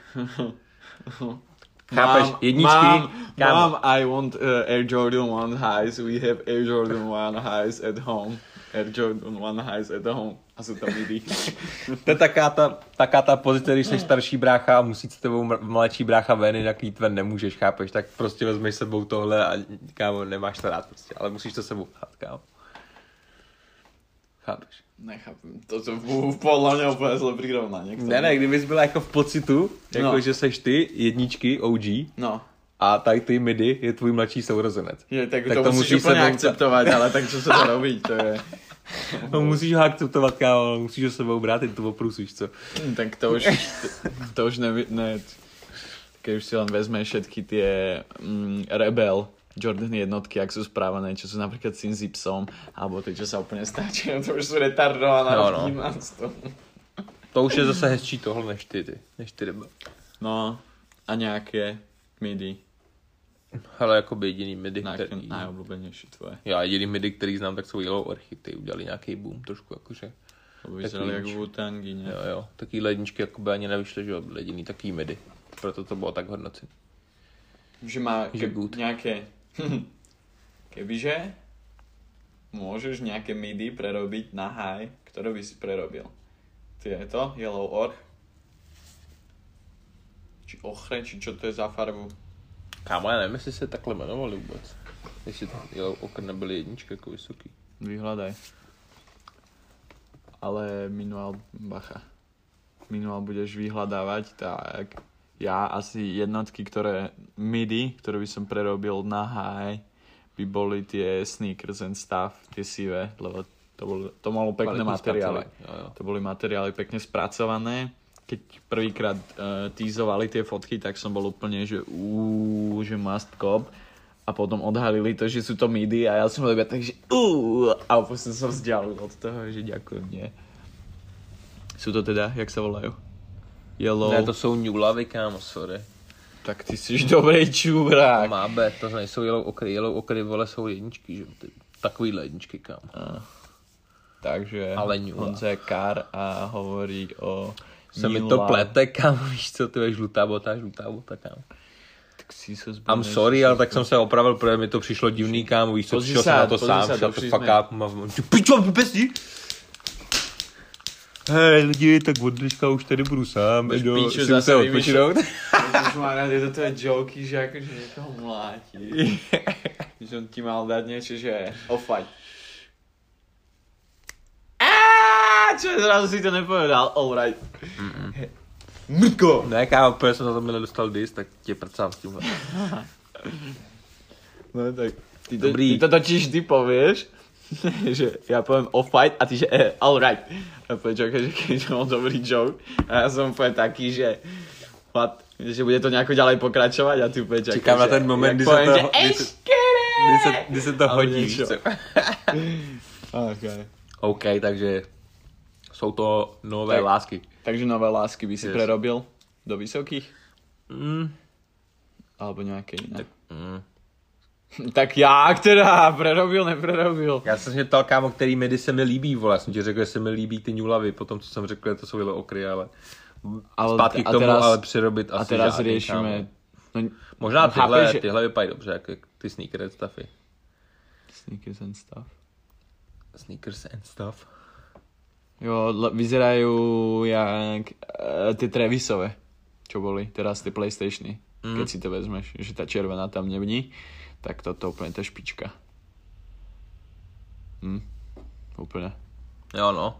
Chápeš, jedničky, Mom, I want Air Jordan 1 highs. We have Air Jordan 1 highs at home. Air Jordan 1 highs at home. A jsou tam midi. To je taká ta pozice, když jsi starší brácha a musí s tebou mladší brácha ven, jinak jít ven nemůžeš, chápeš? Tak prostě vezmeš sebou tohle a kámo, nemáš to rád prostě, ale musíš to sebou dát, kámo. Chápeš? Nechápem, to podľa mňa úplne zle prirovnanie. Ne, kdybys byla jako v pocitu, jako no. Že seš ty jedničky OG, no. A tady ty midi je tvůj mladší sourozenec. Je, tak to musíš úplně akceptovat, ale tak čo se to robí, to je... No musíš ho akceptovat, kámo, musíš ho sebou brát, jen to oprusíš, co? Tak to už ne... Keď už si len vezmeš všetky tie Rebel Jordan jednotky, ak sú správané, čo sú napríklad s tým zipsom, alebo tie, čo sa úplne stáčia, to už sú retardované v gymnáctvu. To už je zase hezčí tohle než ty Rebel. No, a nějaké midi. Ale jakoby jediný midi, který... Najobľúbenejší tvoje. Já jediný midi, který znám, tak jsou Yellow Orchy, ty udělali nějaký boom trošku, jakože. To vyzerali jak Wu-Tangy, ne? Jo, taký ledničky jakoby ani nevyšly, že jo, jediný taký midi. Proto to bylo tak hodnocený. Že má nějaké... Kebyže môžeš nejaké midi prerobiť na high, ktoré by si prerobil. Ty je to? Yellow Orch? Či ochre, či čo to je za farbu? Kámo, já nevím, jestli se takhle jmenovali vůbec. Jestli Yellow Orch nebyly jedničky jako vysoký. Vyhľadaj. Ale minuál budeš vyhľadávať, tak ja asi jednotky, midi, ktoré by som prerobil na high, by boli tie sneakers and stuff, tie sivé, lebo to malo pekné materiály. To boli materiály pekne spracované. Keď prvýkrát teasovali tie fotky, tak som bol úplne, že must cop. A potom odhalili to, že sú to midi a ja som bol iba tak, že a úplne som sa vzdialil od toho, že ďakujem, nie. Sú to teda, jak sa volajú? Yellow. Ne, to jsou New Lavy, kámo, sorry. Tak ty jsi dobrý čůrák. Mábe, to nejsou Yellow Okry. Yellow Okry, vole, jsou jedničky, že? Takovýhle jedničky, kámo. Takže Honza je kar a hovorí o se mi to plete, kámo, víš co, to je žlutá bota, kámo. Tak si se zbudeš. I'm sorry, ale tak jsem se opravil, protože mi to přišlo divný, kámo, víš co, přišel jsem na to sám, šel to fuck up, pičo, vypesti! Hej lidi, tak od dneška už tady budu sám. Píču, zase vymýšlel. To je joky, že akože někoho mlátí. Když on ti mal dát něco, že off-white. Čo, zrazu si to nepovedal, alright. Mrtko! Ne, kámo, protože jsem za to nedostal dis, tak tě prcám s tímhle. No tak, ty to totiž ty povieš, že ja poviem off-fight a ty že alright. A poviem, že keď mám dobrý joke a ja som poviem taký, že what, že bude to nejako ďalej pokračovať a ty poviem, čekám na ten moment, kdy se to hodí. Okay. OK, takže Jsou to nové lásky. Takže nové lásky by si prerobil do vysokých? Alebo nějaké jiné? Tak jak teda? Prerobil, neprerobil? Já jsem se ptal, kámo, který medy se mi líbí, vole. Já jsem ti řekl, že se mi líbí ty ňulavy, potom co jsem řekl, že to jsou jelo okry, ale zpátky k tomu, teraz, ale přerobit asi žádný. A teraz řešíme... No, možná tyhle vypadají dobře, jako ty sneaker stuffy. Sneakers and stuff. Sneakers and stuff. Jo, vyzerají jak ty Travisové, čo boli teraz ty PlayStationy. Keď si to vezmeš, že ta červená tam nevní, tak toto úplně ta špička. Úplně. Jo no.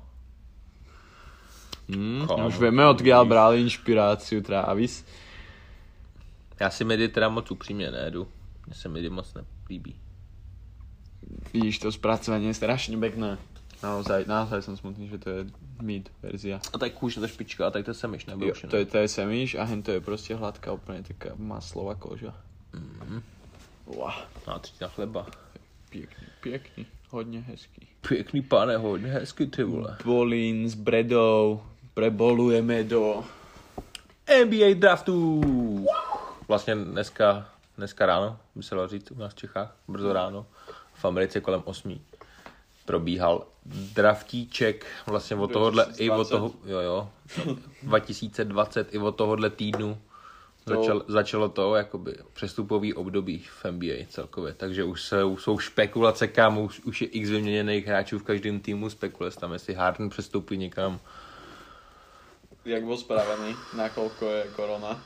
Už víme, odkiaľ brali inšpiráciu Travis. Já si midi teda moc upřímně nejedu. Mně se midi moc nelíbí. Vidíš, to zpracování je strašně pekné. Naozaj jsem smutný, že to je mid verzia. A tak kůž, ta špička, a tak to je semiš, nebo už ne? To je semiš a hen to je prostě hladká, úplně taká maslová koža. Wow. A třetina chleba. Pěkný, hodně hezký. Pěkný pane, hodně hezký, ty vole. Bolín s Bredou, prebolujeme do NBA draftu. Vlastně dneska ráno, by se dalo říct u nás v Čechách, brzo ráno, v Americe kolem 8. probíhal draftíček vlastně od tohohle, i od toho, 2020 i od tohohle týdnu začalo to jakoby přestupový období v NBA celkově, takže už jsou špekulace, kam už je x vyměněných hráčů v každém týmu, spekuluje tam, jestli Harden přestoupí někam. Jak byl spravený, na kolko je korona?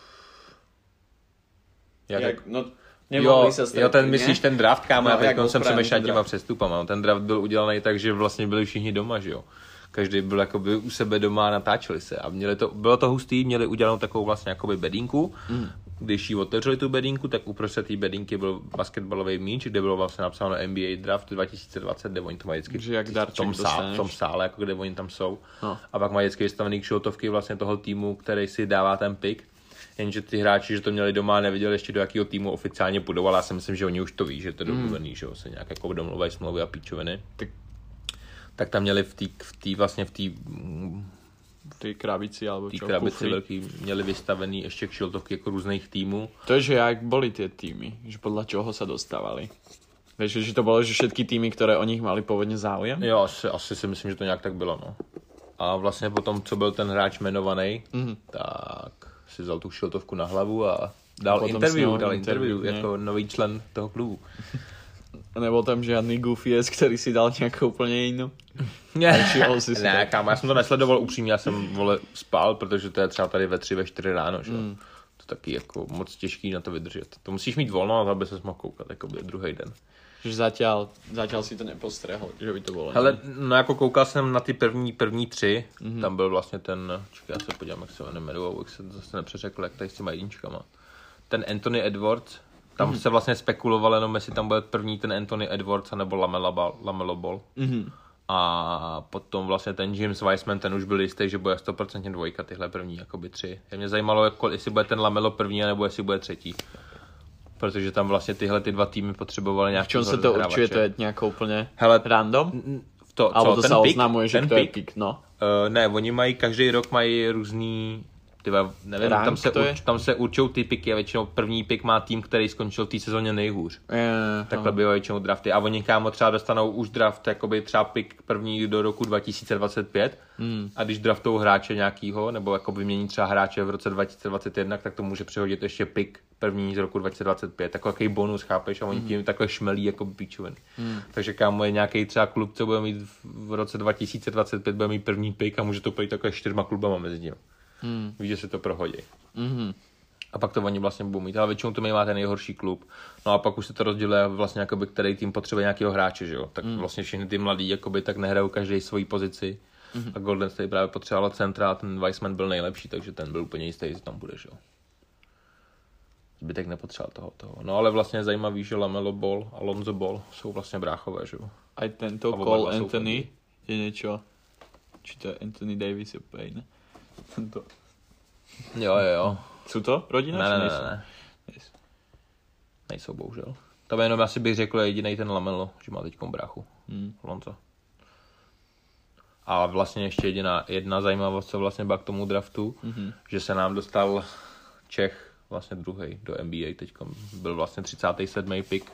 Ten myslíš ten draft, kámo, já teď jsem přemýšlel těma přestupama. Ten draft byl udělaný tak, že vlastně byli všichni doma, že jo. Každý byl jakoby u sebe doma a natáčeli se. A bylo to hustý, měli udělanou takovou vlastně jakoby bedínku. Když ji otevřeli tu bedínku, tak uprostřed té bedínky byl basketbalový míč, kde bylo vlastně napsáno NBA draft 2020, kde oni to mají vždycky v tom sále, jako kde oni tam jsou. No. A pak mají vždycky vystavený kšiltovky vlastně toho týmu, který si dává ten pick. Jenže ty hráči, že to měli doma, nevěděli ještě do jakého týmu oficiálně půjdou, ale já si myslím, že oni už to ví, že to je domluvený, že se nějak jako domluvají smlouvy a píčoviny. Tak tam měli v té krabici, alebo čo, krabici velký, měli vystavený ještě kšiltovky jako různých týmů. To je, že jak boli tie týmy, že podľa čoho sa dostávali. Víš, že to bylo, že všetky týmy, které o nich mali původně záujem? Jo, asi si myslím, že to nějak tak bylo, no. A vlastně potom, co byl ten hráč jmenovaný, tak si vzal tu kšiltovku na hlavu a dal interview jako nový člen toho klubu. Nebyl tam žádný goofies, který si dal nějakou úplně jinou? Ne, kámo, já jsem to nesledoval upřímně, já jsem spal, protože to je třeba tady ve 3, ve 4 ráno, že? To taky jako moc těžký na to vydržet. To musíš mít volno, aby ses mohl koukat, jako by druhý den. Že zatiaľ si to nepostřehl, že by to bylo. Hele, no jako koukal jsem na ty první 3, tam byl vlastně ten, čekaj, já se podívám, jak se jmenuje, jak se zase nepřeřekl, jak tady s těma jedničkama. Ten Anthony Edwards, tam se vlastně spekulovalo jenom, jestli tam bude první ten Anthony Edwards nebo Lamelo Ball. A potom vlastně ten James Wiseman, ten už byl jistý, že bude 100% dvojka, tyhle první, jakoby 3. Mě zajímalo, jestli bude ten Lamelo první, nebo jestli bude třetí. Protože tam vlastně tyhle ty dva týmy potřebovaly nějaký. V čem se to určuje, to je nějakou úplně random? Alebo to se oznamuje, že to je pick, no? Ne, oni mají, každý rok mají různý, nevím, tam se určují ty picky a většinou první pick má tým, který skončil v té sezóně nejhůř. Takhle bývají většinou drafty. A oni kámo třeba dostanou už draft, jakoby třeba pick první do roku 2025 a když draftou hráče nějakýho, nebo jako vymění třeba hráče v roce 2021, tak to může přehodit ještě pick první z roku 2025. Takový bonus, chápeš? A oni tím takhle šmelí jako píčoviny. Takže kámo je nějaký třeba klub, co bude mít v roce 2025, bude mít první pick a může to být takhle 4 klubama mezi nimi. Víš, že se to prohodí. A pak to oni vlastně budou mít, ale většinou to má ten nejhorší klub. No a pak už se to rozděluje vlastně, jakoby, který tým potřebuje nějakého hráče, že jo. Tak vlastně všechny ty mladí jakoby, tak nehrajou každý svoji pozici. A Golden State právě potřeboval centra a ten Wiseman byl nejlepší, takže ten byl úplně jistý, že tam bude, že jo. Zbytek nepotřeboval toho. No ale vlastně je zajímavý, že Lamelo Ball a Lonzo Ball jsou vlastně bráchové, že jo. A tento Cole Anthony je něco, či to je Anthony Davis opět, ne? Tento. Jo. Jsou to rodina? Ne. Nejsou, bohužel. To jenom asi bych řekl jedinej ten Lamelo, že má teďkom bráchu. Lonzo. A vlastně ještě jedna zajímavost, co vlastně byla k tomu draftu, že se nám dostal Čech vlastně druhý do NBA teďkom. Byl vlastně 37. pick.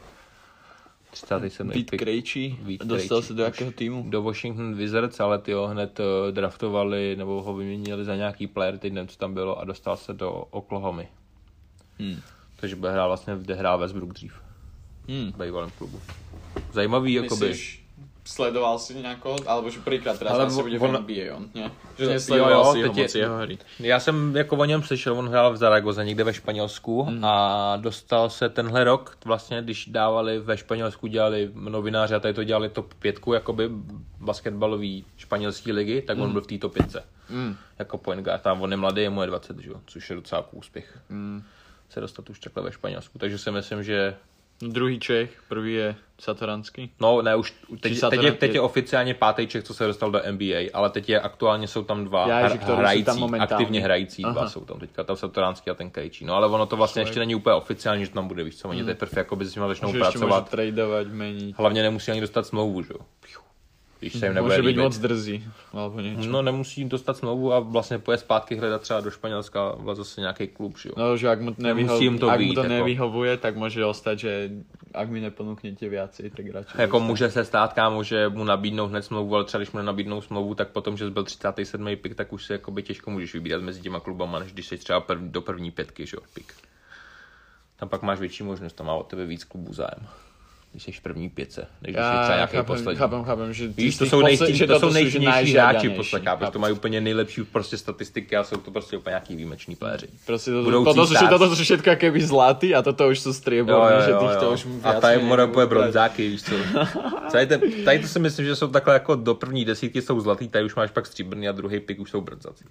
37. Vít Krejčí. Dostal se do jakého týmu? Do Washington Wizards, ale ty ho hned draftovali nebo ho vyměnili za nějaký player, teď nevím, co tam bylo, a dostal se do Oklahomy. Takže bude hrát vlastně, kde hrál Westbrook dřív. V bývalém klubu. Zajímavý, jakoby. Myslíš, sledoval si nějakou, alebo že prvýkrát teraz ale asi bude v NBA, on, ne? Že nesledoval si ho moc jeho hry. Já jsem jako o něm slyšel, on hrál v Zaragoze někde ve Španělsku a dostal se tenhle rok, vlastně, když dávali ve Španělsku, dělali novináři a tady to dělali top 5, jakoby basketbalový španělský ligy, tak on byl v té top 5. Jako point guard, tam on je mladý, mu je 20, že? Což je docela úspěch. Se dostat už takhle ve Španělsku, takže si myslím, že druhý Čech, první je Satoranský. No ne, už teď je oficiálně pátý Čech, co se dostal do NBA, ale teď je aktuálně jsou tam dva aktivně hrající dva jsou tam teďka, ten Satoranský a ten Krejčí. No ale ono to vlastně ještě není úplně oficiálně, že tam bude, víš co, oni teprve jakoby s nimi začnou pracovat. Tradovat, měnit. Hlavně nemusí ani dostat smlouvu, že jo. Když se jim nebude může být moc drzí, alebo něco. No nemusí dostat smlouvu a vlastně poje zpátky hledat třeba do Španělska a zase nějaký klub, že jo. No, že ak mu to nevyhovuje, tak může ostať, že ak mi neponúknete viacej, tak radši. Jako může se stát, kámo, že mu nabídnou hned smlouvu, ale třeba když mu nenabídnou smlouvu, tak potom, že byl 37. pick, tak už se jakoby těžko můžeš vybírat mezi těma klubama, než když jsi třeba do první pětky, že jo, pick. Tam pak máš větší možnost, tam má od tebe víc klubů zájem. Když jsi v první pětce, než když jsi třeba nějaký poslední. Chápem, že víš, to jsou nejtěžší hráči v podstatě, to mají úplně nejlepší prostě statistiky a jsou to prostě úplně nějaký výjimečný pléři. Prostě toto jsou všetko keby zlatý a toto už jsou strieborní, že týchto už a tady bude bronzáky, víš co. Tady to si myslím, že jsou takhle jako do první desítky jsou zlatý, tady už máš pak stříbrný a druhý pik už jsou bronzáci.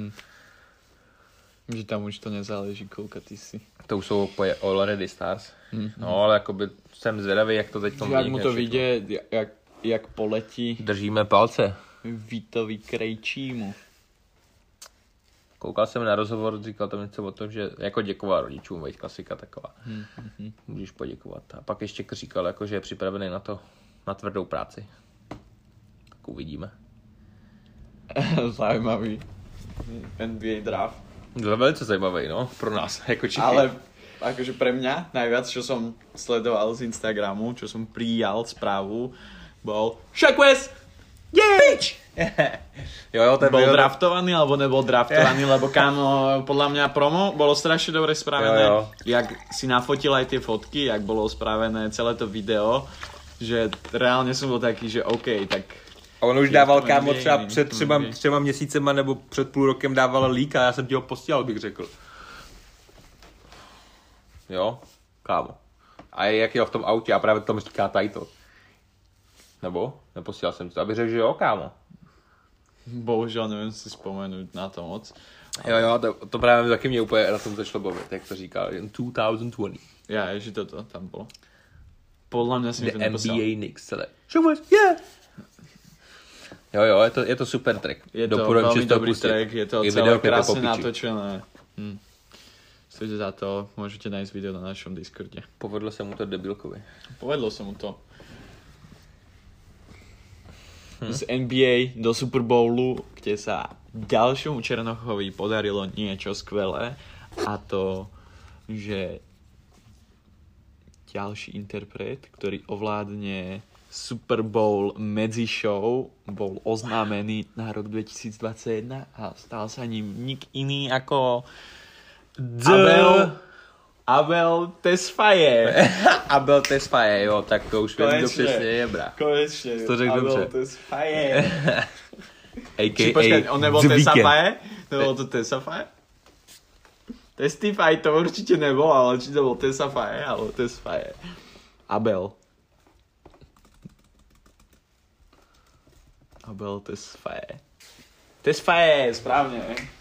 Že tam už to nezáleží, kolika ty si. To už jsou already stars. No ale jakoby jsem zvědavý, jak to teď vyjde. Jak mu to vyjde, jak poletí. Držíme palce. Vítovi Krejčímu. Koukal jsem na rozhovor, říkal tam něco o tom, že jako děkoval rodičům, veď klasika taková. Můžeš poděkovat. A pak ještě říkal, jako, že je připravený na tvrdou práci. Tak uvidíme. Zajímavý. NBA draft. To je velice zajímavý, no, pro nás, jako Čechy. Ale akože pre mňa najviac, čo som sledoval z Instagramu, čo som prijal správu, bol Shaq West! Yeah! Bitch! jo, ten bol draftovaný, alebo nebol draftovaný, lebo kámo, podľa mňa promo bolo strašne dobre spravené. Jo. Jak si nafotil aj tie fotky, jak bolo spravené celé to video, že reálne som bol taký, že OK, tak a on už dával, kámo, třeba před třema měsícema nebo před půl rokem dával lík a já jsem ti ho posílal, bych řekl. Jo, kámo. A jak jel v tom autě a právě tam říká title. Nebo? Neposílal jsem to, abych řekl, že jo, kámo. Bohužel nevím si vzpomenout na to moc. Jo, to právě taky mě úplně na tom začalo bavit, jak to říkal, 2020. Já, že to tam bylo. Podle mě si mi to neposílal. NBA Knicks celé. Yeah! Jo, je to super track. Je to velmi dobrý track, je to celé krásně natočené. Stojíte za to, můžete najít video na našem Discordě. Povedlo se mu to debilkovi. Povedlo se mu to. Z NBA do Super Bowlu, kde sa ďalšiemu Černochovi podarilo niečo skvelé, a to, že ďalší interpret, ktorý ovládne Super Bowl medzi show, bol oznámený na rok 2021 a stal sa ním nik iný ako Abel Tesfaye. Abel Tesfaye, jo, tak to už vím, kdo přesně je, bra. Konečně, to řekl dobře. Abel Tesfaye. A.k.a. Počkej, on nebol Tesfaye? Nebol to Tesfaye? Testify to určite nebol, ale či to bol Tesfaye, alebo Tesfaye. Abel Tesfaye. Tesfaye, správne.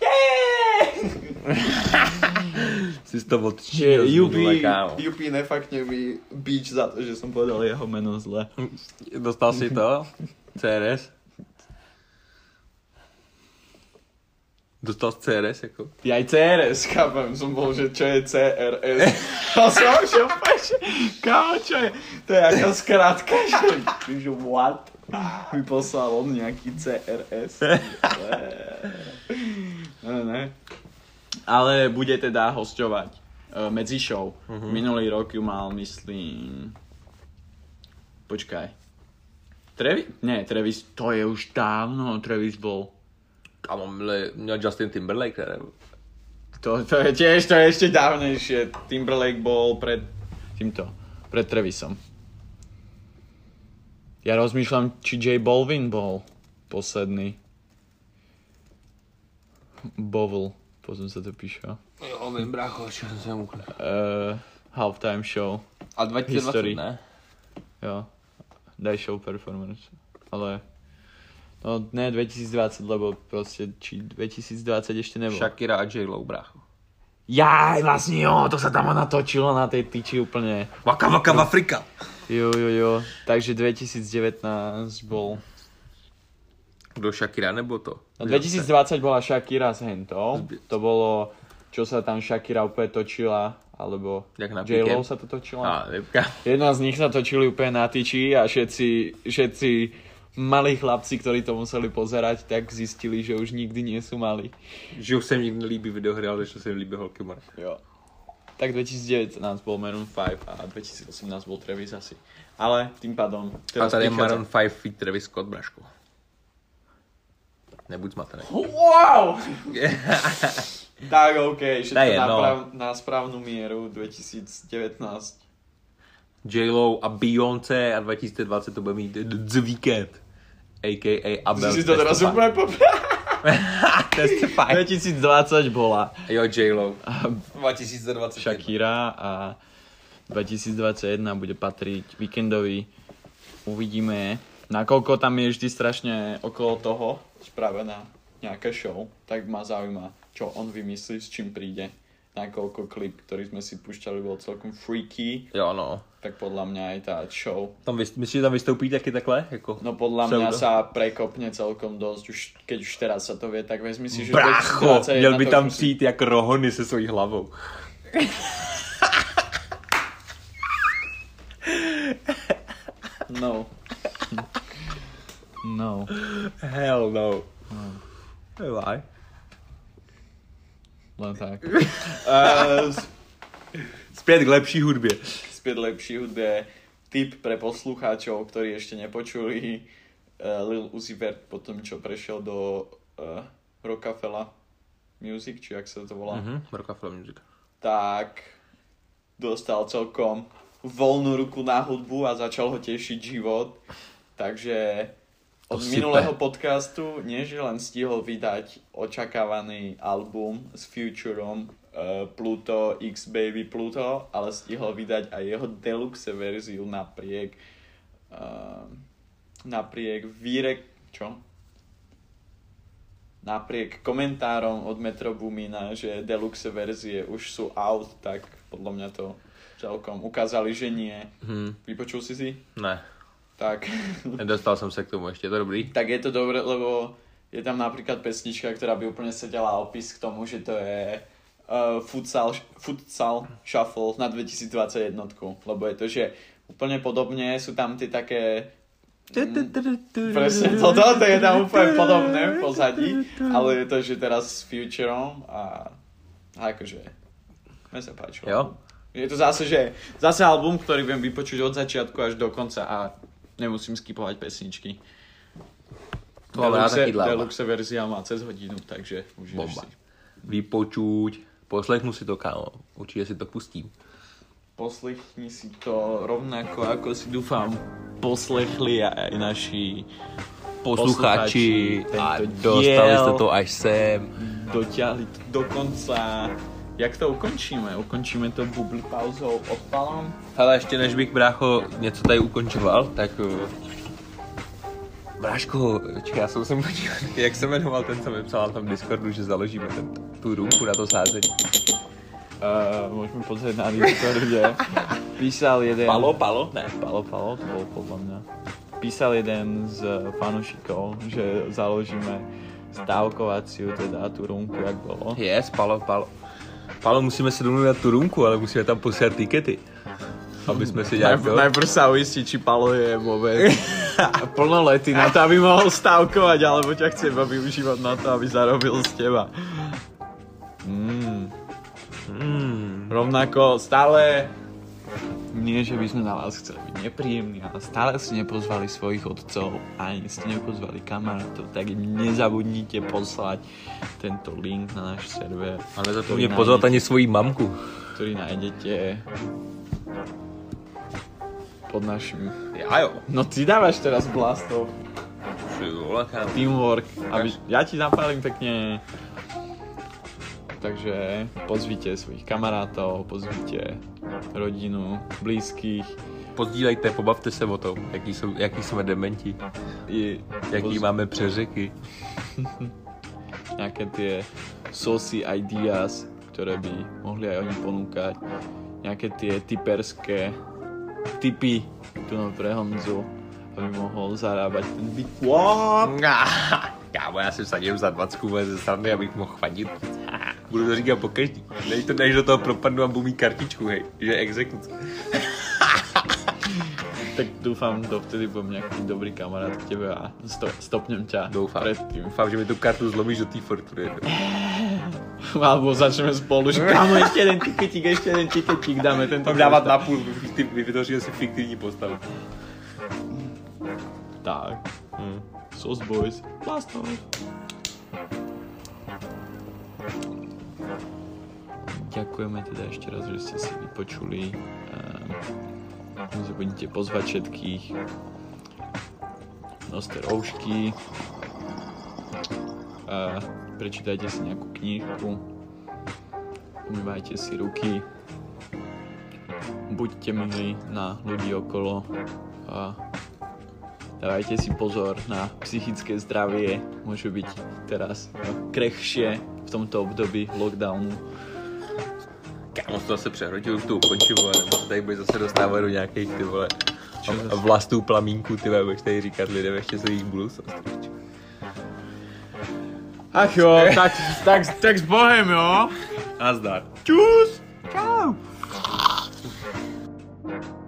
Si to odčil. UP nefakne mi bič za to, že som povedal jeho meno zle. Dostal si to? CRS? Dostal z CRS, jako? Ja aj CRS, chápem, som bol, že čo je CRS. A som že kámo, čo je? To je jaká zkrátka, že what? mi poslal on nejaký CRS. Ne. Ale bude teda hosťovať medzi show. Minulý rok ju mal, myslím... Počkaj. Travis, to je už dávno, Travis bol. Kámo, měl Justin Timberlake, ne? To je tiež, to je ešte dávnejšie. Timberlake bol pred Travisom. Ja rozmýšľam, či J Balvin bol posledný. Bovl, pozriem sa to píše. Jo, vím, brácho, čo som sa múkne. Halftime show. A 2020, ne? Jo. Daj show performance. Ale... No ne 2020, lebo proste, či 2020 ešte nebolo. Shakira a J-Lo, brácho. Jaj, vlastne jo, to sa tam natočilo na tej tyči úplne. Waka waka v Afrika. Jo. Takže 2019 bol... Kdo Shakira, nebo to? No 2020 bola Shakira s hentou. To bolo, čo sa tam Shakira úplne točila, alebo J-Lo sa to točila. Jedna z nich sa točili úplne na tyči a všetci malí chlapci, ktorí to museli pozerať, tak zistili, že už nikdy nie sú malí. Že už sa mi nelíbí videohry, ale že sa mi líbí holky. Jo. Tak 2019 bol Maroon 5 a 2018 bol Travis asi. Ale tým pádom... A tady je Maroon 5 feat Travis Scott, braško. Nebuď zmatený. Wow! Tak okej, všetko na správnu mieru 2019. J-Lo a Beyoncé a 2020 to bude mít The Weeknd. A.k.a. Abel. Si to teraz úplne Testify. 2020 bola. Jo, J-Lo. 2020 Shakira a 2021 bude patriť Weekendovi. Uvidíme, nakoľko tam je vždy strašne okolo toho spravená nejaká show, tak ma zaujíma, čo on vymyslí, s čím príde. Nakoľko klip, ktorý sme si púšťali, bol celkom freaky. Jo, no. Tak podľa mňa aj tá show. Myslíš, že tam vystoupí taky takhle? Jako no podľa mňa sa prekopne celkom dosť, keď už teraz sa to vie, tak vezmi si, že... Brácho, měl by tam přijít jak Rohony se svojí hlavou. No. No. Hell no. Why? Len tak. Zpět k lepší hudbě. Tip pre poslucháčov, ktorí ešte nepočuli Lil Uzi Vert po tom, čo prešiel do Rockefeller Music, či jak sa to volá. Rockefeller Music. Tak dostal celkom voľnú ruku na hudbu a začal ho tešiť život. Takže od minulého podcastu nie, že len stihol vydať očakávaný album s Futurom Pluto, X Baby Pluto, ale stihol vydať aj jeho deluxe verziu napriek komentárom od Metro Boomina, že deluxe verzie už sú out, tak podľa mňa to celkom ukázali, že nie. Vypočul si? Ne. Tak. Nedostal som sa k tomu ešte, je to dobrý? Tak je to dobré, lebo je tam napríklad pesnička, ktorá by úplne sedela opis k tomu, že to je futsal shuffle na 2021, lebo je to, že úplne podobne sú tam tie také presne toto, to je tam úplne podobné v pozadí, ale je to, že teraz s Futurom a akože mne sa páčilo. Jo? Je to zase album, ktorý viem vypočuť od začiatku až do konca a nemusím skipovať pesničky. Deluxe verzia má cez hodinu, takže užiješ si. Vypočuť. Poslechnu si to, kámo. Určite si to pustím. Poslechni si to rovnako, ako si dúfam poslechli aj naši poslucháči a dostali ste to až sem. Dotiahli to do konca. Jak to ukončíme? Ukončíme to bubli pauzou odpalom? Hele, ještě než bych, brácho, něco tady ukončoval, tak... Bráško, čekaj, já se musím podívat, jak se jmenoval ten, co mi psal na tom Discordu, že založíme tu rúmku na to sázení. Môžeme pozrieť na Discorde. Písal jeden... Palo? Ne. Palo, to bol podľa mňa. Písal jeden z fanúšikov, že založíme stávkovaciu, teda tú rúmku, jak bolo. Palo, musíme si domluvit tu rúmku, ale musíme tam posílat tikety. aby jsme si nějak... Najprv sa uistí, či Palo je vôbec plnoletý na to, aby mohol stávkovať, alebo ťa chce iba využívať na to, aby zarobil z teba. Rovnako stále nie, že by sme na vás chceli byť nepríjemní, ale stále ste nepozvali svojich otcov, ani ste nepozvali kamarátov, tak im nezabudnite poslať tento link na náš server. Ale za to mě pozvat ani svoji mamku. Ktorý nájdete pod našim... Já jo. No ty dávaš teraz blastov. Teamwork. Ja ti zapálim pekne. Takže pozvíte svojich kamarátov, pozvíte rodinu, blízkých. Pozdílejte, pobavte se o tom, jaký jsme dementi, jaký máme přeřeky. Nejaké tie saucy ideas, ktoré by mohli aj oni ponúkať. Nejaké tie typerské tipy tu pre Honzu, aby mohol zarábať ten byt. Kámo, já jsem sadil za 20 ze strany, abych mohl chvadit. Budu to říkat po každý. Než do toho propadnu a budu mít kartičku, hej, že je exekuce. Tak doufám, dovtedy budem nějaký dobrý kamarád k tebe a stopnem ťa. Doufám, že mi tu kartu zlomíš do té fortuny. Alebo začneme spolu, že kámo, ještě jeden tiketík, dáme tento. Mám dávat na půl, vytvořil si fiktivní postavu. Tak. Sauce Boys. Blastov. Ďakujeme teda ešte raz, že ste si vypočuli. Nezabudnite pozvať všetkých. Noste roušky. Prečítajte si nejakú knižku. Umývajte si ruky. Buďte milí na ľudí okolo. Dávajte si pozor na psychické zdravie. Môže byť teraz krehšie v tomto období lockdownu. Kámo, to zase přehrotil, už to ukončím, ale nebo se tady bude zase dostávat do nějakých, ty vole, vlastů plamínku, ty vole, budeš tady říkat lidem ještě svých budoucností. Ach jo, tak s Bohem, jo? Nazdar. Čus! Čau!